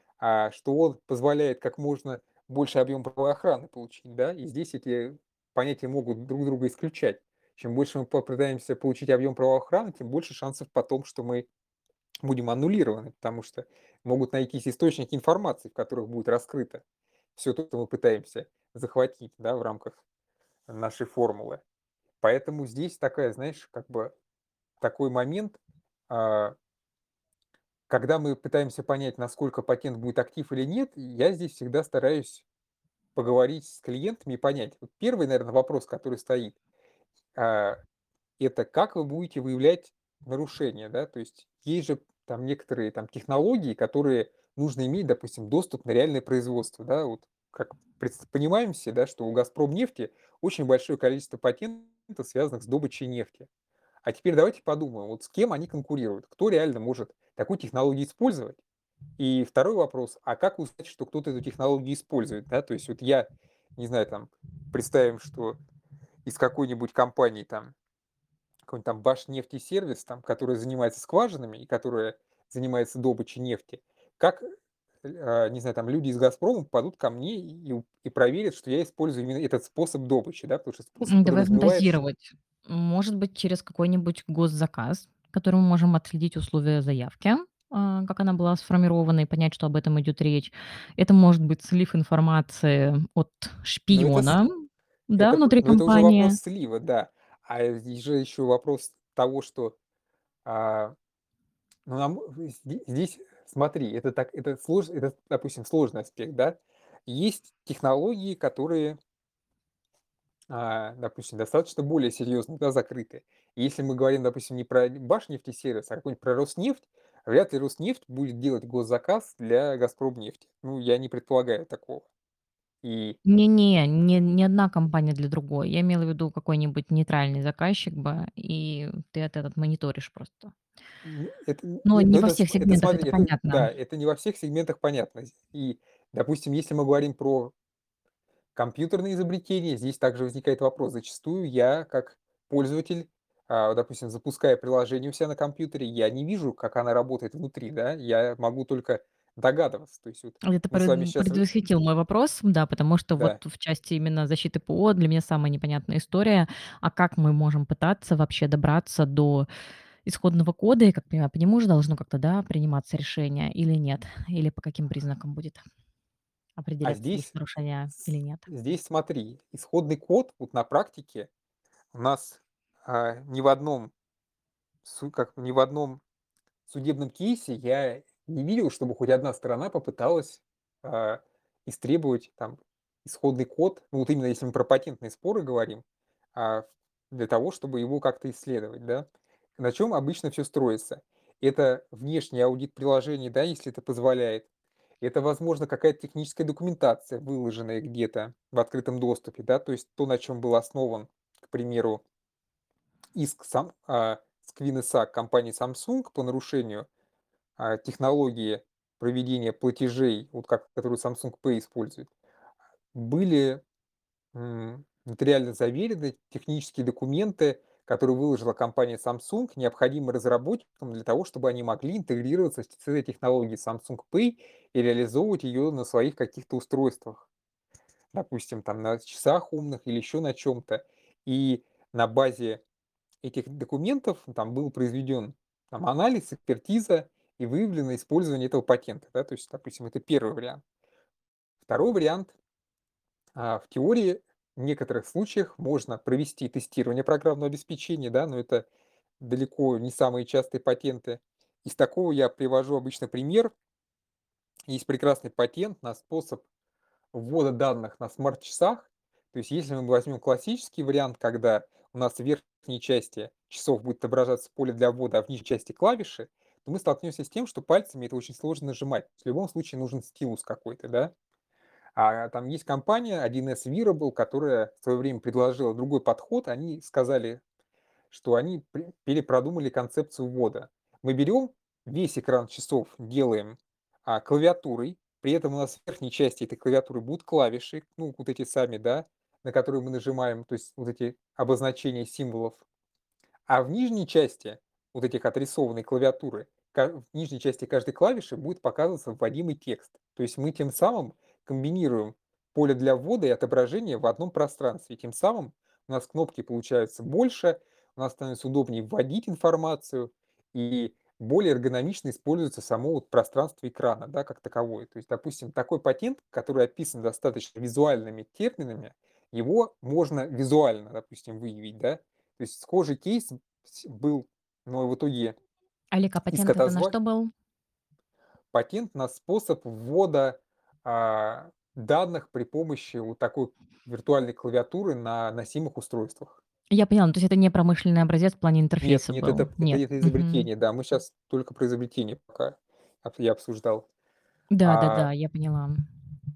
что он позволяет как можно больше объем правовой охраны получить, да, и здесь эти понятия могут друг друга исключать. Чем больше мы попытаемся получить объем правовой охраны, тем больше шансов потом, что мы будем аннулированы, потому что могут найтись источники информации, в которых будет раскрыто все то, что мы пытаемся захватить, да, в рамках нашей формулы. Поэтому здесь такая, знаешь, как бы такой момент, а, когда мы пытаемся понять, насколько патент будет актив или нет, я здесь всегда стараюсь поговорить с клиентами и понять. Вот первый, наверное, вопрос, который стоит, а, это как вы будете выявлять нарушения, да? То есть есть же там некоторые там технологии, которые нужно иметь, допустим, доступ на реальное производство, да? Вот как понимаем все, да, что у «Газпромнефти» очень большое количество патентов связанных с добычей нефти. А теперь давайте подумаем, вот с кем они конкурируют, кто реально может такую технологию использовать. И второй вопрос, а как узнать, что кто-то эту технологию использует, да? То есть вот я, не знаю, там, представим, что из какой-нибудь компании там какой-нибудь там Башнефтесервис, там, который занимается скважинами и которая занимается добычей нефти, как, не знаю, там люди из «Газпрома» попадут ко мне и проверят, что я использую именно этот способ добычи, да, потому что способ Давай подразумевает, что фантазировать. Может быть, через какой-нибудь госзаказ, который мы можем отследить условия заявки, как она была сформирована, и понять, что об этом идет речь. Это может быть слив информации от ну, это, шпиона, да, внутри ну, это уже вопрос компании. слива, да. А здесь же еще вопрос того, что, а, ну, здесь, смотри, это так, это сложно, это, допустим, сложный аспект, да. Есть технологии, которые допустим, достаточно более серьезно, да, закрыты. И если мы говорим, допустим, не про Башнефтесервис, а какой-нибудь про Роснефть, вряд ли Роснефть будет делать госзаказ для Газпромнефти. Ну, я не предполагаю такого. И Не-не, не одна компания для другой. Я имела в виду какой-нибудь нейтральный заказчик бы, и ты этот мониторишь просто. Но не ну, во всех это сегментах, это смотри, это, понятно. да, это не во всех сегментах понятно. И, допустим, если мы говорим про компьютерные изобретения, здесь также возникает вопрос. Зачастую я, как пользователь, допустим, запуская приложение у себя на компьютере, я не вижу, как она работает внутри, да, я могу только догадываться. То есть вот Это мы с вами сейчас, предвосхитил мой вопрос, да, потому что вот да, в части именно защиты ПО для меня самая непонятная история. А как мы можем пытаться вообще добраться до исходного кода, и как понимаю, по нему же должно как-то, да, приниматься решение или нет? Или по каким признакам будет а определяться, есть нарушение или нет? здесь смотри, исходный код вот на практике у нас ни в одном, ни в одном судебном кейсе я не видел, чтобы хоть одна сторона попыталась, а, истребовать там исходный код, ну, вот именно если мы про патентные споры говорим, а, для того, чтобы его как-то исследовать, да. На чем обычно все строится? Это внешний аудит приложений, да, если это позволяет. Это, возможно, какая-то техническая документация, выложенная где-то в открытом доступе, да, то есть то, на чем был основан, к примеру, иск Squin Isaac компании Samsung по нарушению технологии проведения платежей, вот как которую Samsung Pay использует, были, нотариально заверены технические документы, которые выложила компания Samsung, необходимые разработчикам для того, чтобы они могли интегрироваться с этой технологией Samsung Pay и реализовывать ее на своих каких-то устройствах, допустим, там на часах умных или еще на чем-то. И на базе этих документов там был произведен там анализ, экспертиза и выявлено использование этого патента, да, то есть, допустим, это первый вариант. Второй вариант, в теории в некоторых случаях можно провести тестирование программного обеспечения, да, но это далеко не самые частые патенты. Из такого я привожу обычно пример. Есть прекрасный патент на способ ввода данных на смарт-часах. То есть если мы возьмем классический вариант, когда у нас в верхней части часов будет отображаться поле для ввода, а в нижней части клавиши, то мы столкнемся с тем, что пальцами это очень сложно нажимать. В любом случае нужен стилус какой-то, да. А там есть компания 1С Wearable, которая в свое время предложила другой подход. Они сказали, что они перепродумали концепцию ввода. Мы берем весь экран часов, делаем клавиатурой, при этом у нас в верхней части этой клавиатуры будут клавиши, ну, вот эти сами, да, на которые мы нажимаем, то есть вот эти обозначения символов. А в нижней части вот этих отрисованной клавиатуры, в нижней части каждой клавиши будет показываться вводимый текст. То есть мы тем самым комбинируем поле для ввода и отображения в одном пространстве. Тем самым у нас кнопки получаются больше, у нас становится удобнее вводить информацию и более эргономично используется само вот пространство экрана, да, как таковое. То есть, допустим, такой патент, который описан достаточно визуальными терминами, его можно визуально, допустим, выявить, да. То есть схожий кейс был, но в итоге Алика, иск патент это на отозвали. что был? Патент на способ ввода, данных при помощи вот такой виртуальной клавиатуры на носимых устройствах. Я поняла, ну, то есть это не промышленный образец в плане Нет, интерфейса нет, был? Нет. это Мгм. изобретение, да. Мы сейчас только про изобретение пока я обсуждал. А Да-да-да, я поняла.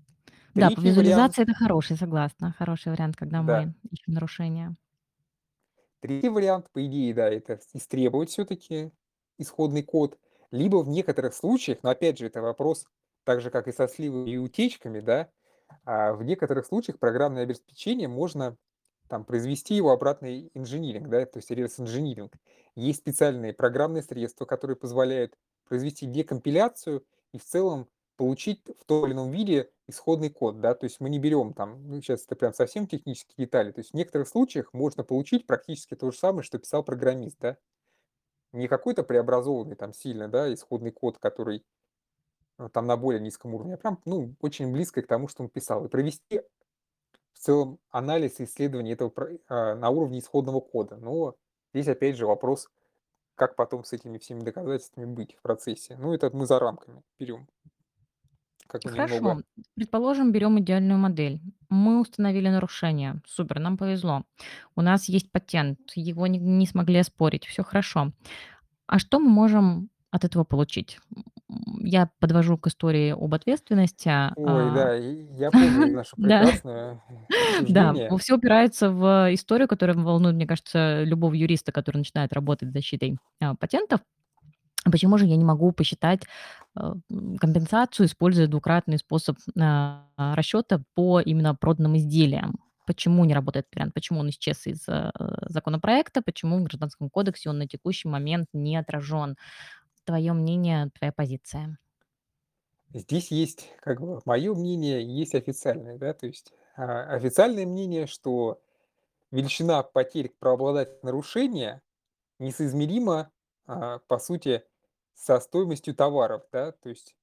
Да, по третий вариант, визуализации это хороший, согласна. Хороший вариант, когда да. мы ищем нарушения. Третий вариант, по идее, да, это истребовать все-таки исходный код, либо в некоторых случаях, но опять же это вопрос, так же как и со сливами и утечками, да, в некоторых случаях программное обеспечение можно там произвести его обратный инжиниринг, да, то есть реверс-инжиниринг. Есть специальные программные средства, которые позволяют произвести декомпиляцию и в целом получить в том или ином виде исходный код, да, то есть мы не берем там, ну, сейчас это прям совсем технические детали, то есть в некоторых случаях можно получить практически то же самое, что писал программист, да, не какой-то преобразованный там сильно, да, исходный код, который там на более низком уровне, а прям, ну, очень близко к тому, что он писал. И провести в целом анализ и исследование этого на уровне исходного кода. Но здесь опять же вопрос, как потом с этими всеми доказательствами быть в процессе. Ну, это мы за рамками берем, как бы немного. Хорошо, предположим, берем идеальную модель. Мы установили нарушение. Супер, нам повезло. У нас есть патент, его не смогли оспорить. Все хорошо. А что мы можем от этого получить? Я подвожу к истории об ответственности. Ой, да, и я помню наше Да, прекрасное да, обсуждение. все упирается в историю, которая волнует, мне кажется, любого юриста, который начинает работать с защитой патентов. Почему же я не могу посчитать, компенсацию, используя двукратный способ, расчета по именно проданным изделиям? Почему не работает этот вариант? Почему он исчез из, законопроекта? Почему в Гражданском кодексе он на текущий момент не отражен? Твое мнение, твоя позиция. Здесь есть как бы мое мнение, и есть официальное, да, то есть официальное мнение, что величина потерь к правообладателю нарушения несоизмерима, по сути, со стоимостью товаров, да, то есть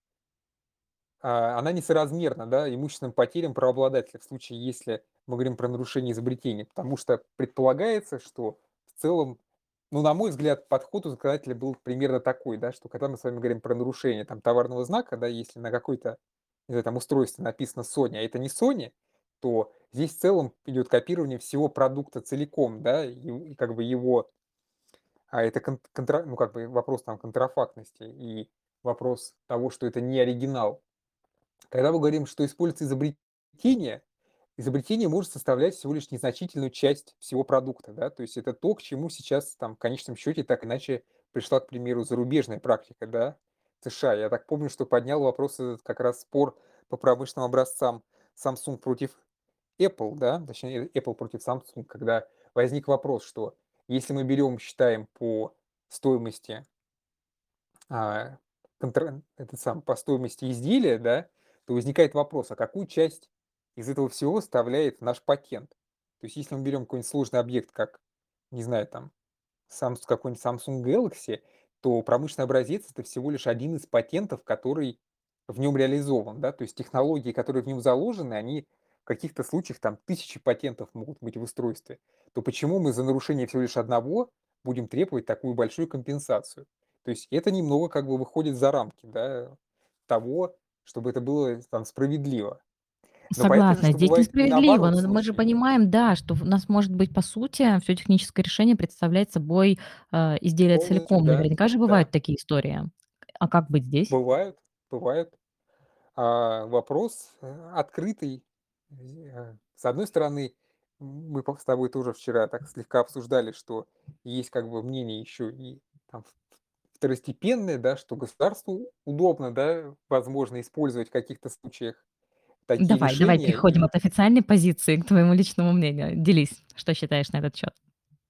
она несоразмерна, да, имущественным потерям правообладателя в случае, если мы говорим про нарушение изобретения, потому что предполагается, что в целом, ну, на мой взгляд, подход у законодателя был примерно такой, да, что когда мы с вами говорим про нарушение там товарного знака, да, если на какой-то, не знаю, там устройстве написано Sony, а это не Sony, то здесь в целом идет копирование всего продукта целиком, да, и как бы его, это ну, как бы вопрос там контрафактности и вопрос того, что это не оригинал. Когда мы говорим, что используется изобретение, изобретение может составлять всего лишь незначительную часть всего продукта, да, то есть это то, к чему сейчас там в конечном счете так иначе пришла, к примеру, зарубежная практика, да, США. Я так помню, что поднял вопрос этот как раз спор по промышленным образцам Samsung против Apple, да, точнее Apple против Samsung, когда возник вопрос, что если мы берем, считаем по стоимости этот сам по стоимости изделия, да, то возникает вопрос, а какую часть из этого всего составляет наш патент? То есть если мы берем какой-нибудь сложный объект, как, не знаю, там, какой-нибудь Samsung Galaxy, то промышленный образец — это всего лишь один из патентов, который в нем реализован, да. То есть технологии, которые в нем заложены, они в каких-то случаях там тысячи патентов могут быть в устройстве. То почему мы за нарушение всего лишь одного будем требовать такую большую компенсацию? То есть это немного как бы выходит за рамки, да, того, чтобы это было там справедливо. Но понятно же, Согласна, что здесь бывают и несправедливо, наоборот но мы же случаи. понимаем, да, что у нас может быть, по сути, все техническое решение представлять собой, изделие Полностью, целиком. да, Наверняка же да. бывают такие истории. А как быть здесь? Бывают, бывают. Вопрос, открытый. С одной стороны, мы с тобой тоже вчера так слегка обсуждали, что есть как бы мнение еще и там второстепенное, да, что государству удобно, да, возможно, использовать в каких-то случаях такие Давай решения. переходим от официальной позиции к твоему личному мнению. Делись, что считаешь на этот счет.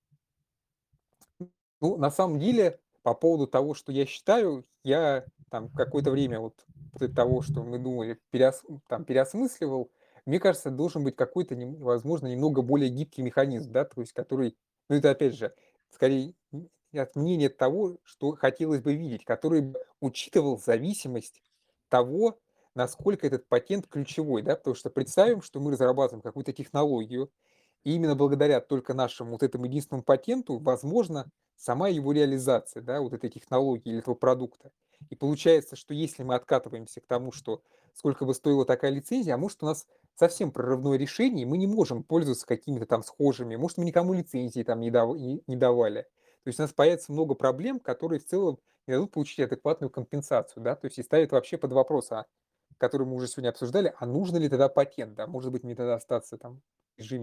Ну, на самом деле, по поводу того, что я считаю, я там какое-то время вот после того, что мы думали, переосмысливал, мне кажется, должен быть какой-то, возможно, немного более гибкий механизм, да, то есть который, ну это опять же, скорее от мнения того, что хотелось бы видеть, который бы учитывал зависимость того, насколько этот патент ключевой, да, потому что представим, что мы разрабатываем какую-то технологию, и именно благодаря только нашему вот этому единственному патенту возможно сама его реализация, да, вот этой технологии или этого продукта. И получается, что если мы откатываемся к тому, что сколько бы стоила такая лицензия, а может у нас совсем прорывное решение, и мы не можем пользоваться какими-то там схожими, может мы никому лицензии там не давали. То есть у нас появится много проблем, которые в целом не дадут получить адекватную компенсацию, да, то есть и ставят вообще под вопрос, который мы уже сегодня обсуждали, а нужно ли тогда патент, да, может быть мне тогда остаться там в режиме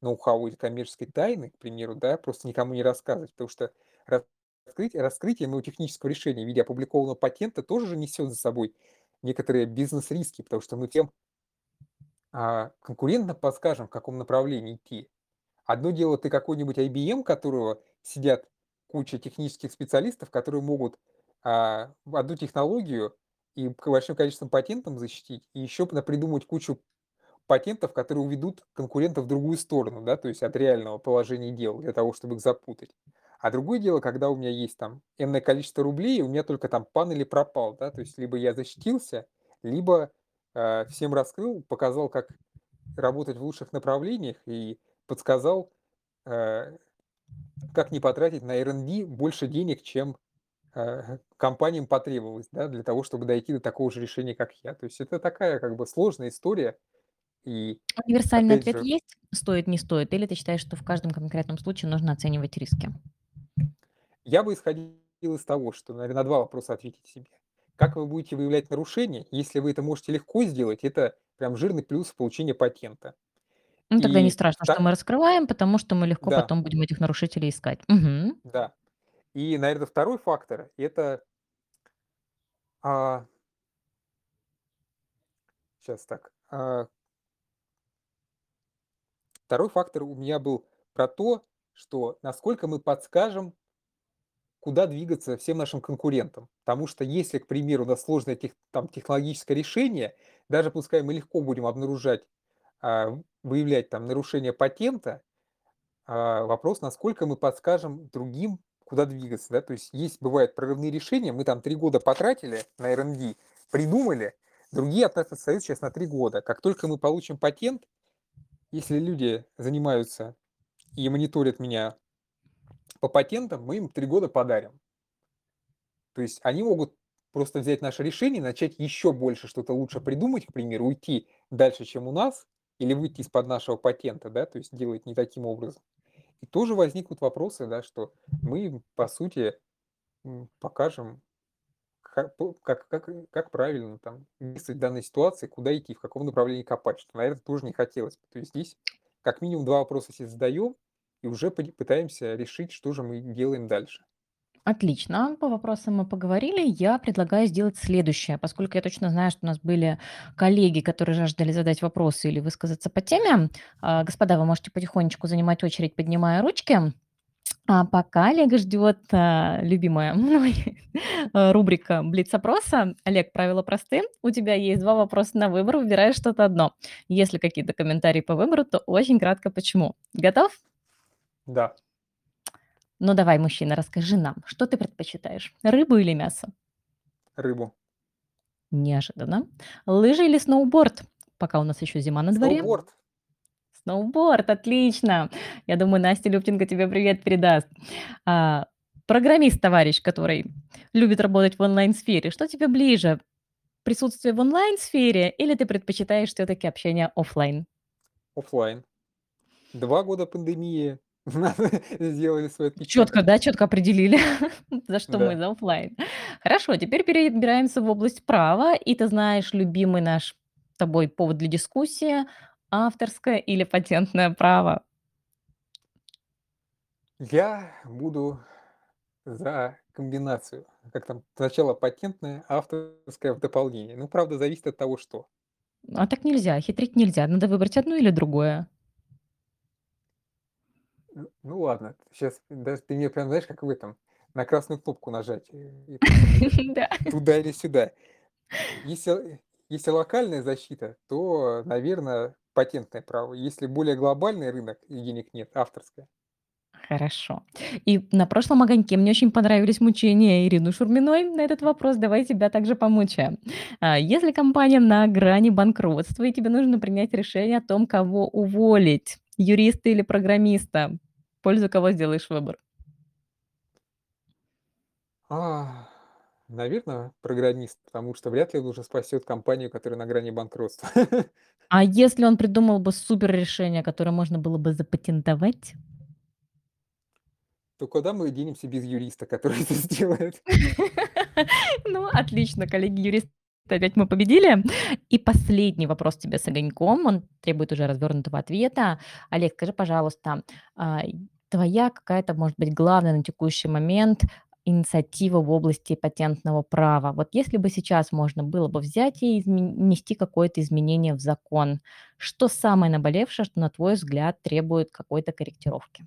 ноу-хау или коммерческой тайны, к примеру, да, просто никому не рассказывать, потому что раскрытие моего технического решения в виде опубликованного патента тоже же несет за собой некоторые бизнес-риски, потому что мы всем конкурентно подскажем, в каком направлении идти. Одно дело, ты какой-нибудь IBM, которого сидят куча технических специалистов, которые могут одну технологию и большим количеством патентов защитить, и еще придумать кучу патентов, которые уведут конкурентов в другую сторону, да, то есть от реального положения дел, для того, чтобы их запутать. А другое дело, когда у меня есть там энное количество рублей, и у меня только там пан или пропал, да, то есть либо я защитился, либо всем раскрыл, показал, как работать в лучших направлениях и подсказал, э, как не потратить на R&D больше денег, чем компаниям потребовалось, да, для того, чтобы дойти до такого же решения, как я. То есть это такая как бы сложная история. И Универсальный опять ответ же, есть: стоит, не стоит, или ты считаешь, что в каждом конкретном случае нужно оценивать риски? я бы исходил из того, что, наверное, на 2 вопроса ответить себе. Как вы будете выявлять нарушения? Если вы это можете легко сделать, это прям жирный плюс в получении патента. Ну, тогда не И страшно, что вта мы раскрываем, потому что мы легко да, потом будем этих нарушителей искать. Мгм. да. И, наверное, второй фактор — это, а, щас так, 2 фактор у меня был про то, что насколько мы подскажем, куда двигаться всем нашим конкурентам. Потому что если, к примеру, у нас сложное технологическое решение, даже пускай мы легко будем обнаружать, выявлять там нарушение патента, вопрос, насколько мы подскажем другим, куда двигаться. Да? То есть бывают прорывные решения, мы там 3 года потратили на R&D, придумали, другие от нас отстают сейчас на 3 года. Как только мы получим патент, если люди занимаются и мониторят меня по патентам, мы им 3 года подарим. То есть они могут просто взять наше решение, начать еще больше что-то лучше придумать, к примеру, уйти дальше, чем у нас, или выйти из-под нашего патента, да, то есть делать не таким образом. И тоже возникнут вопросы, да, что мы им, по сути, покажем, как правильно там действовать в данной ситуации, куда идти, в каком направлении копать, что, наверное, тоже не хотелось бы. То есть здесь как минимум 2 вопроса себе задаем и уже пытаемся решить, что же мы делаем дальше. Отлично, по вопросам мы поговорили. Я предлагаю сделать следующее. Поскольку я точно знаю, что у нас были коллеги, которые жаждали задать вопросы или высказаться по теме, господа, вы можете потихонечку занимать очередь, поднимая ручки. А пока Олега ждет любимая мной рубрика Блиц-опроса. Олег, правила просты. У тебя есть два вопроса на выбор, выбираешь что-то одно. Если какие-то комментарии по выбору, то очень кратко почему. Готов? Да, Ну давай, мужчина, расскажи нам, что ты предпочитаешь, рыбу или мясо? рыбу. Неожиданно. Лыжи или сноуборд? Пока у нас еще зима на дворе. Сноуборд. Сноуборд, отлично. Я думаю, Настя Любченко тебе привет передаст. А, программист, товарищ, который любит работать в онлайн-сфере, что тебе ближе? Присутствие в онлайн-сфере или ты предпочитаешь все-таки общение оффлайн? Оффлайн. 2 года пандемии сделали свой Четко, отпечаток. да, четко определили, за что мы Да. за оффлайн. Хорошо, теперь перебираемся в область права, и ты знаешь любимый наш тобой повод для дискуссии — авторское или патентное право. Я буду за комбинацию. Как там, сначала патентное, авторское в дополнение. Ну, правда, зависит от того, что. А так нельзя, хитрить нельзя, надо выбрать одно или другое. Ну ладно, сейчас даже ты мне прям, знаешь, как в этом, на красную кнопку нажать, и тут Да. туда или сюда. Если локальная защита, то, наверное, патентное право. Если более глобальный рынок и денег нет, авторское. Хорошо. И на прошлом "Огоньке" мне очень понравились мучения Ирины Шурминой на этот вопрос. Давай тебя также помучаем. Если компания на грани банкротства, и тебе нужно принять решение о том, кого уволить — юриста или программиста, в пользу кого сделаешь выбор? А, наверно, программист, потому что вряд ли он уже спасет компанию, которая на грани банкротства. А если он придумал бы супер решение, которое можно было бы запатентовать? То куда мы денемся без юриста, который это сделает? Ну, отлично, коллеги-юристы Опять мы победили. И последний вопрос тебе с огоньком, он требует уже развернутого ответа. Олег, скажи, пожалуйста, твоя какая-то, может быть, главная на текущий момент инициатива в области патентного права? Вот если бы сейчас можно было бы взять и внести какое-то изменение в закон, что самое наболевшее, что, на твой взгляд, требует какой-то корректировки?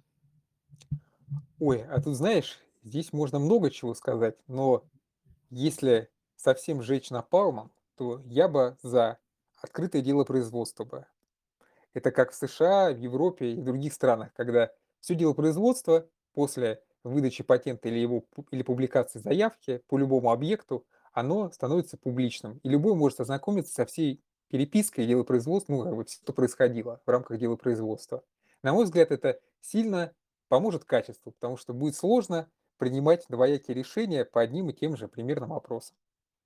Ой, а тут знаешь, здесь можно много чего сказать, но если совсем жечь напалмом, то я бы за открытое дело производства бы. Это как в США, в Европе и в других странах, когда все дело производства после выдачи патента или или публикации заявки по любому объекту, оно становится публичным. И любой может ознакомиться со всей перепиской делопроизводства, ну, как бы все, что происходило в рамках делопроизводства. На мой взгляд, это сильно поможет качеству, потому что будет сложно принимать двоякие решения по одним и тем же примерным вопросам.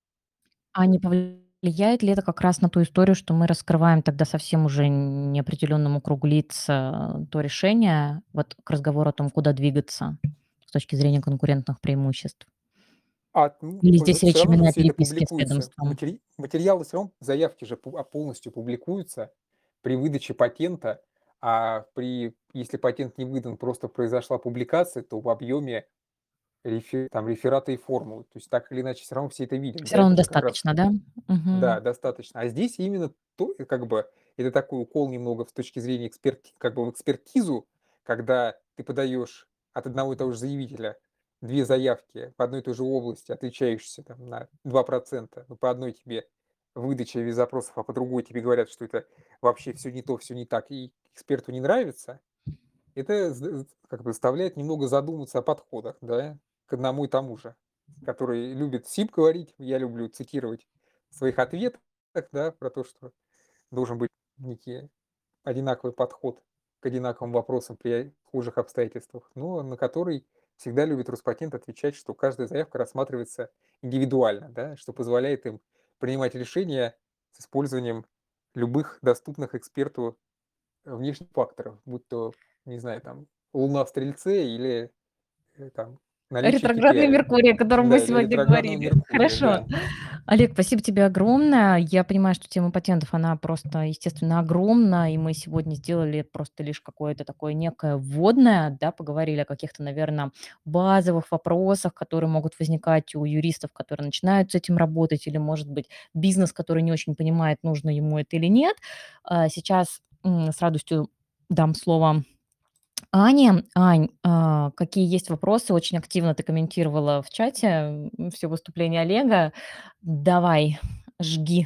А не повлияет ли это как раз на ту историю, что мы раскрываем тогда совсем уже неопределенному кругу лиц, то решение, вот к разговору о том, куда двигаться с точки зрения конкурентных преимуществ? Или здесь Все речь равно же именно о все это переписке с публикуется. ведомством? Материалы все равно, заявки же полностью публикуются при выдаче патента, а если патент не выдан, просто произошла публикация, то в объеме реферата и формулы. То есть так или иначе все равно все это видят. Всё Да, равно это же как раз достаточно, да? да, Мгм. достаточно. А здесь именно как бы, это такой укол немного с точки зрения как бы в экспертизу, когда ты подаешь от одного и того же заявителя 2 заявки в одной и той же области, отличающиеся там на 2%. Но по одной тебе выдача виз запросов, а по другой тебе говорят, что это вообще все не то, все не так, и эксперту не нравится. Это как бы заставляет немного задуматься о подходах, да, к одному и тому же, который любит СИП говорить, я люблю цитировать в своих ответах, да, про то, что должен быть некий одинаковый подход к одинаковым вопросам при схожих обстоятельствах, но на который всегда любит Роспатент отвечать, что каждая заявка рассматривается индивидуально, да, что позволяет им принимать решения с использованием любых доступных эксперту внешних факторов, будь то, не знаю, там, луна в Стрельце или, там, наличие Ретроградный KPI. Меркурий, о котором мы Да, или сегодня ретроградного говорили. Меркурия, Хорошо. да. Олег, спасибо тебе огромное. Я понимаю, что тема патентов, она просто, естественно, огромна, и мы сегодня сделали просто лишь какое-то такое некое вводное, да, поговорили о каких-то, наверное, базовых вопросах, которые могут возникать у юристов, которые начинают с этим работать, или, может быть, бизнес, который не очень понимает, нужно ему это или нет. Сейчас с радостью дам слово Ане. Ань, какие есть вопросы? Очень активно ты комментировала в чате, всё выступление Олега. Давай, жги.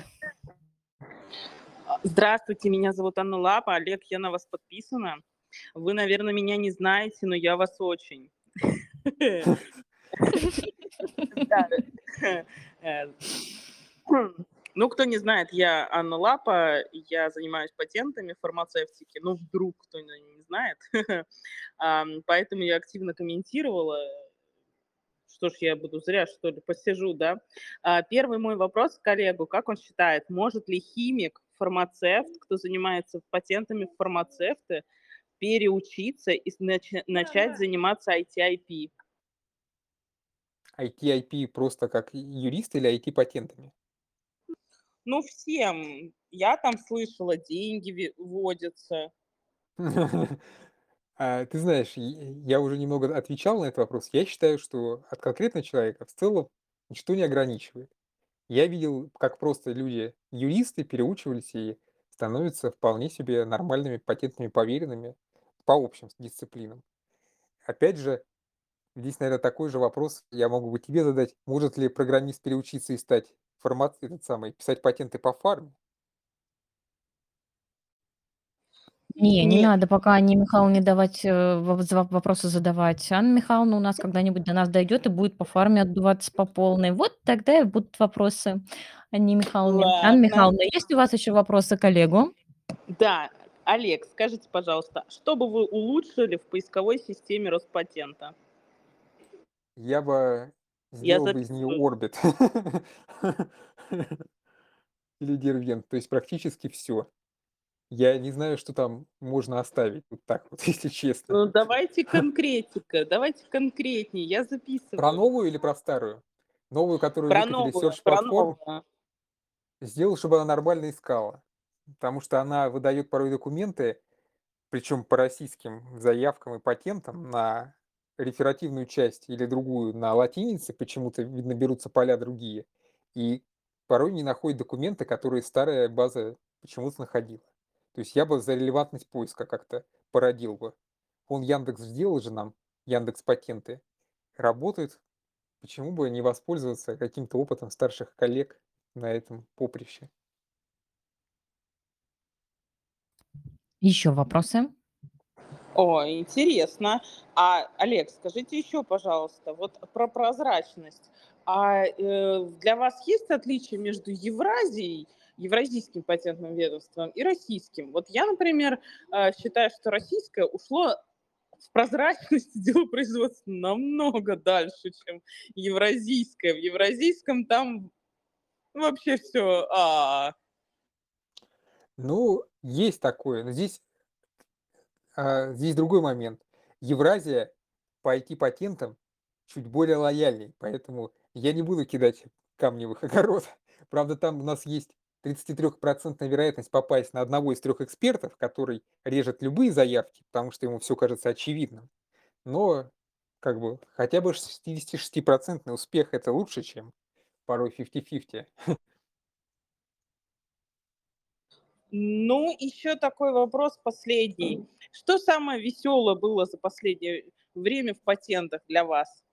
Здравствуйте, меня зовут Анна Лапа. Олег, я на вас подписана. Вы, наверное, меня не знаете, но я вас очень. Да. Э, Ну, кто не знает, я Анна Лапа, я занимаюсь патентами в фармацевтике, ну, вдруг кто не знает. Поэтому я активно комментировала. Что ж, я буду зря, что ли, посижу, да? Первый мой вопрос к коллегу. Как он считает, может ли химик, фармацевт, кто занимается патентами фармацевты, переучиться и начать заниматься IT-IP? IT просто как юрист или IT-патентами? Ну, всем. Я там слышала, деньги вводятся. Ты знаешь, я уже немного отвечал на этот вопрос. Я считаю, что от конкретного человека в целом ничто не ограничивает. Я видел, как просто люди, юристы, переучивались и становятся вполне себе нормальными патентными поверенными по общим дисциплинам. Опять же, здесь, наверное, такой же вопрос я могу бы тебе задать. Может ли программист переучиться и стать этот самый, писать патенты по фарме? Не Нет, надо пока Анне Михайловне давать, вопросы задавать. Анна Михайловна у нас когда-нибудь до нас дойдет и будет по фарме отдуваться по полной. Вот тогда и будут вопросы Анне Михайловне. Анна ладно. Михайловна, есть у вас еще вопросы к коллегу? Да, Олег, скажите, пожалуйста, что бы вы улучшили в поисковой системе Роспатента? Я бы Я сделал бы из нее записываю. орбит или дервент, то есть практически все. Я не знаю, что там можно оставить, вот так вот, если честно. Ну, давайте конкретика, давайте конкретнее, я Про записываю. новую или про старую? Новую, которую Про выкатили новую, Search про Platform? новую. сделал, чтобы она нормально искала, потому что она выдает порой документы, причем по российским заявкам и патентам, на реферативную часть или другую на латинице, почему-то, видно, берутся поля другие, и порой не находит документы, которые старая база почему-то находила. То есть я бы за релевантность поиска как-то породил бы. Он Яндекс сделал же нам, Яндекс патенты, работает, почему бы не воспользоваться каким-то опытом старших коллег на этом поприще? Еще вопросы? О, интересно. А, Олег, скажите еще, пожалуйста, вот про прозрачность. Для вас есть отличие между Евразией, Евразийским патентным ведомством и российским? Вот я, например, считаю, что российское ушло в прозрачности делопроизводства намного дальше, чем евразийское. В евразийском там вообще все. Ну, есть такое, но здесь другой момент. Евразия по IT-патентам чуть более лояльней, поэтому я не буду кидать камни в их огород. Правда, там у нас есть 33% вероятность попасть на одного из трех экспертов, который режет любые заявки, потому что ему все кажется очевидным. Но как бы хотя бы 66% успех это лучше, чем порой 50-50. Ну, еще такой вопрос последний. Что самое веселое было за последнее время в патентах для вас?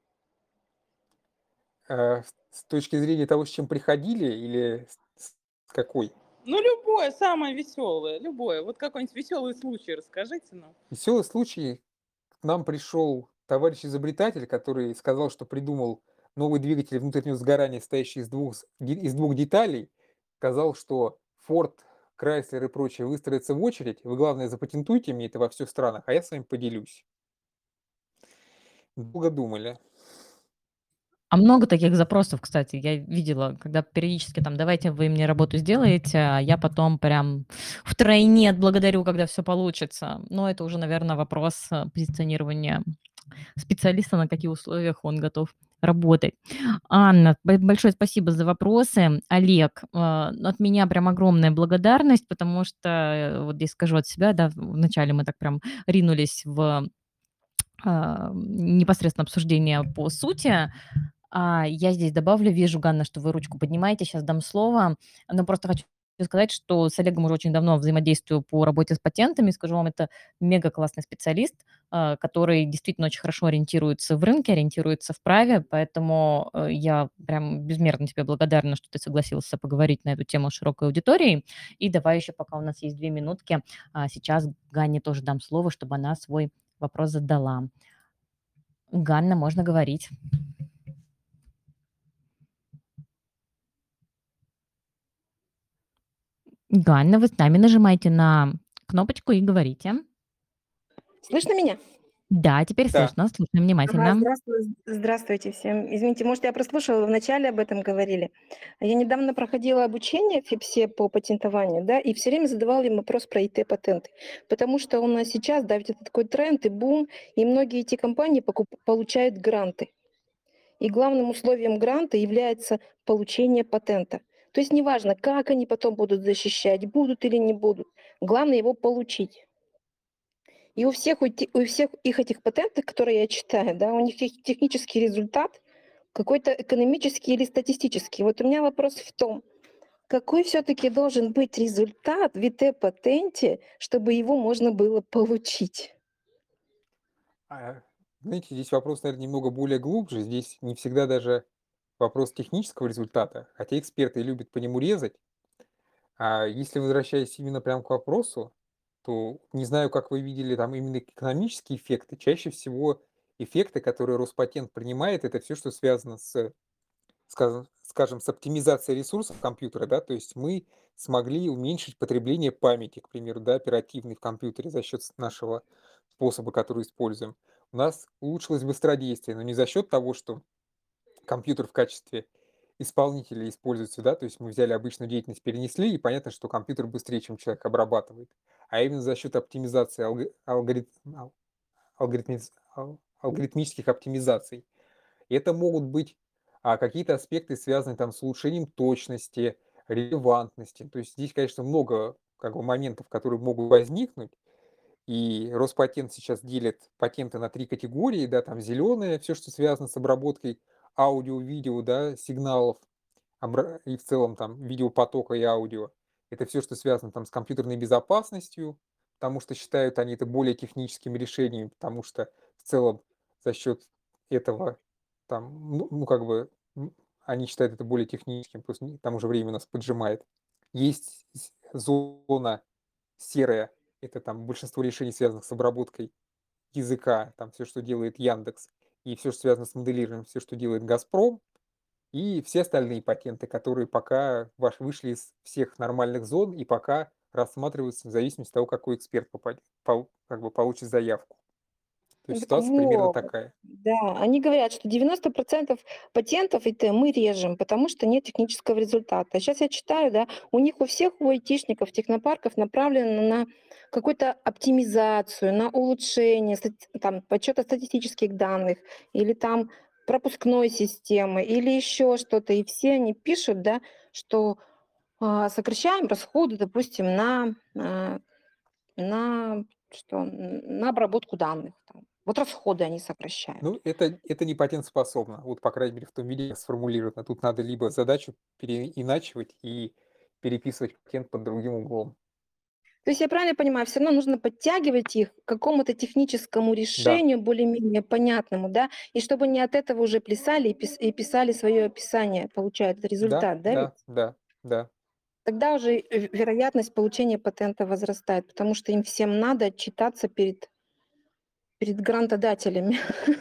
С точки зрения того, с чем приходили, или с какой? Ну, любое, самое веселое, любое. Вот какой-нибудь веселый случай расскажите нам. Веселый случай. К нам пришел товарищ-изобретатель, который сказал, что придумал новый двигатель внутреннего сгорания, состоящий из двух деталей. Сказал, что Ford, Chrysler и прочие выстроятся в очередь. Вы, главное, запатентуйте мне это во всех странах, а я с вами поделюсь. Долго думали. А много таких запросов, кстати, я видела, когда периодически там: "Давайте вы мне работу сделаете, а я потом прям втройне отблагодарю, когда все получится". Но это уже, наверное, вопрос, позиционирования специалиста, на каких условиях он готов работать. Анна, большое спасибо за вопросы. Олег, от меня прям огромная благодарность, потому что, вот здесь скажу от себя, да, вначале мы так прям ринулись в, непосредственно обсуждение по сути. Я здесь добавлю, вижу, Ганна, что вы ручку поднимаете, сейчас дам слово. Но просто хочу сказать, что с Олегом уже очень давно взаимодействую по работе с патентами. Скажу вам, это мега классный специалист, который действительно очень хорошо ориентируется в рынке, ориентируется в праве, поэтому я прям безмерно тебе благодарна, что ты согласился поговорить на эту тему с широкой аудиторией. И давай еще, пока у нас есть 2 минутки, сейчас Ганне тоже дам слово, чтобы она свой вопрос задала. Ганна, можно говорить. Ганна, вы с нами, нажимайте на кнопочку и говорите. Слышно меня? Да, теперь Да. слышно, слушаем Ага, внимательно. здравствуйте всем. Извините, может, я прослушала, вначале об этом говорили. Я недавно проходила обучение в ФИПСе по патентованию, да, и все время задавала им вопрос про ИТ-патенты. Потому что у нас сейчас, да, ведь это такой тренд и бум, и многие эти компании получают гранты. И главным условием гранта является получение патента. То есть неважно, как они потом будут защищать, будут или не будут. Главное его получить. И у всех их этих патентов, которые я читаю, да, у них есть технический результат какой-то экономический или статистический. Вот у меня вопрос в том, какой все-таки должен быть результат в ИТ-патенте, чтобы его можно было получить? А, Знаете, здесь вопрос, наверное, немного более глубже. Здесь не всегда даже вопрос технического результата, хотя эксперты любят по нему резать. А если возвращаясь именно прям к вопросу, то не знаю, как вы видели там именно экономические эффекты. Чаще всего эффекты, которые Роспатент принимает, это все, что связано с, скажем, с оптимизацией ресурсов компьютера, да, то есть мы смогли уменьшить потребление памяти, к примеру, да, оперативной в компьютере за счет нашего способа, который используем. У нас улучшилось быстродействие, но не за счет того, что компьютер в качестве исполнителя используется, да, то есть мы взяли обычную деятельность, перенесли, и понятно, что компьютер быстрее, чем человек обрабатывает, а именно за счет оптимизации алгоритмических оптимизаций. И это могут быть какие-то аспекты, связанные там с улучшением точности, релевантности. То есть здесь, конечно, много как бы моментов, которые могут возникнуть. И Роспатент сейчас делит патенты на 3 категории, да, там зеленые, все, что связано с обработкой аудио, видео, да, сигналов, и в целом там видеопотока и аудио. Это все, что связано там с компьютерной безопасностью, потому что считают они это более техническими решениями, потому что в целом за счет этого там, ну, как бы, они считают это более техническим, просто к тому же время у нас поджимает. Есть зона серая, это там большинство решений, связанных с обработкой языка, там все, что делает Яндекс, и все, что связано с моделированием, все, что делает «Газпром», и все остальные патенты, которые пока вышли из всех нормальных зон и пока рассматриваются в зависимости от того, какой эксперт как бы получит заявку. То есть Так ситуация примерно вот, такая. да, они говорят, что 90% патентов ИТ мы режем, потому что нет технического результата. Сейчас я читаю, да, у них у всех, у айтишников, технопарков направлено на какую-то оптимизацию, на улучшение там, подсчета статистических данных или там пропускной системы или еще что-то. И все они пишут, да, что сокращаем расходы, допустим, на что? На обработку данных там. Вот расходы они сокращают. Ну, это не патентоспособно. Вот, по крайней мере, в том виде, как сформулировано. Тут надо либо задачу переиначивать и переписывать патент под другим углом. То есть я правильно понимаю, все равно нужно подтягивать их к какому-то техническому Да, решению более-менее понятному, да, и чтобы они от этого уже плясали и писали свое описание, получают этот да, результат, да ведь? да, да, да. Тогда уже вероятность получения патента возрастает, потому что им всем надо отчитаться перед грантодателями.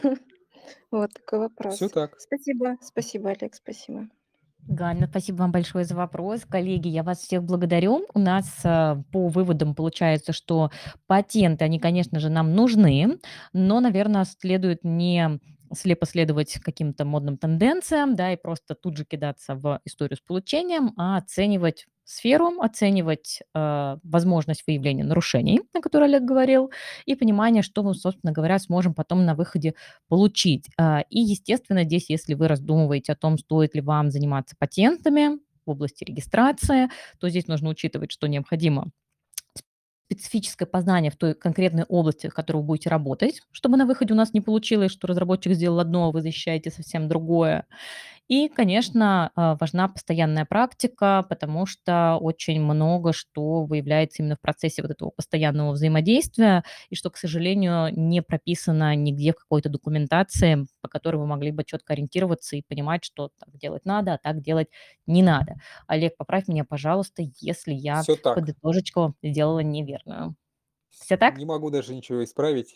Вот такой Все вопрос. так. Спасибо, Олег, спасибо. Ганна, спасибо вам большое за вопрос. Коллеги, я вас всех благодарю. У нас по выводам получается, что патенты, они, конечно же, нам нужны, но, наверное, следует не слепо следовать каким-то модным тенденциям, да, и просто тут же кидаться в историю с получением, а оценивать сферу, оценивать возможность выявления нарушений, о которой Олег говорил, и понимание, что мы, собственно говоря, сможем потом на выходе получить. И, естественно, здесь, если вы раздумываете о том, стоит ли вам заниматься патентами в области регистрации, то здесь нужно учитывать, что необходимо специфическое познание в той конкретной области, в которой вы будете работать, чтобы на выходе у нас не получилось, что разработчик сделал одно, а вы защищаете совсем другое. И, конечно, важна постоянная практика, потому что очень много что выявляется именно в процессе вот этого постоянного взаимодействия, и что, к сожалению, не прописано нигде в какой-то документации, по которой вы могли бы четко ориентироваться и понимать, что так делать надо, а так делать не надо. Олег, поправь меня, пожалуйста, если я Все так. подытожечку сделала неверную. Все так? Не могу даже ничего исправить.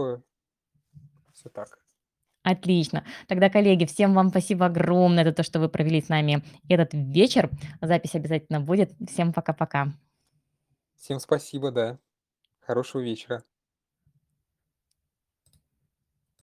Все так. Отлично. Тогда, коллеги, всем вам спасибо огромное за то, что вы провели с нами этот вечер. Запись обязательно будет. Всем пока-пока. Всем спасибо, да. Хорошего вечера.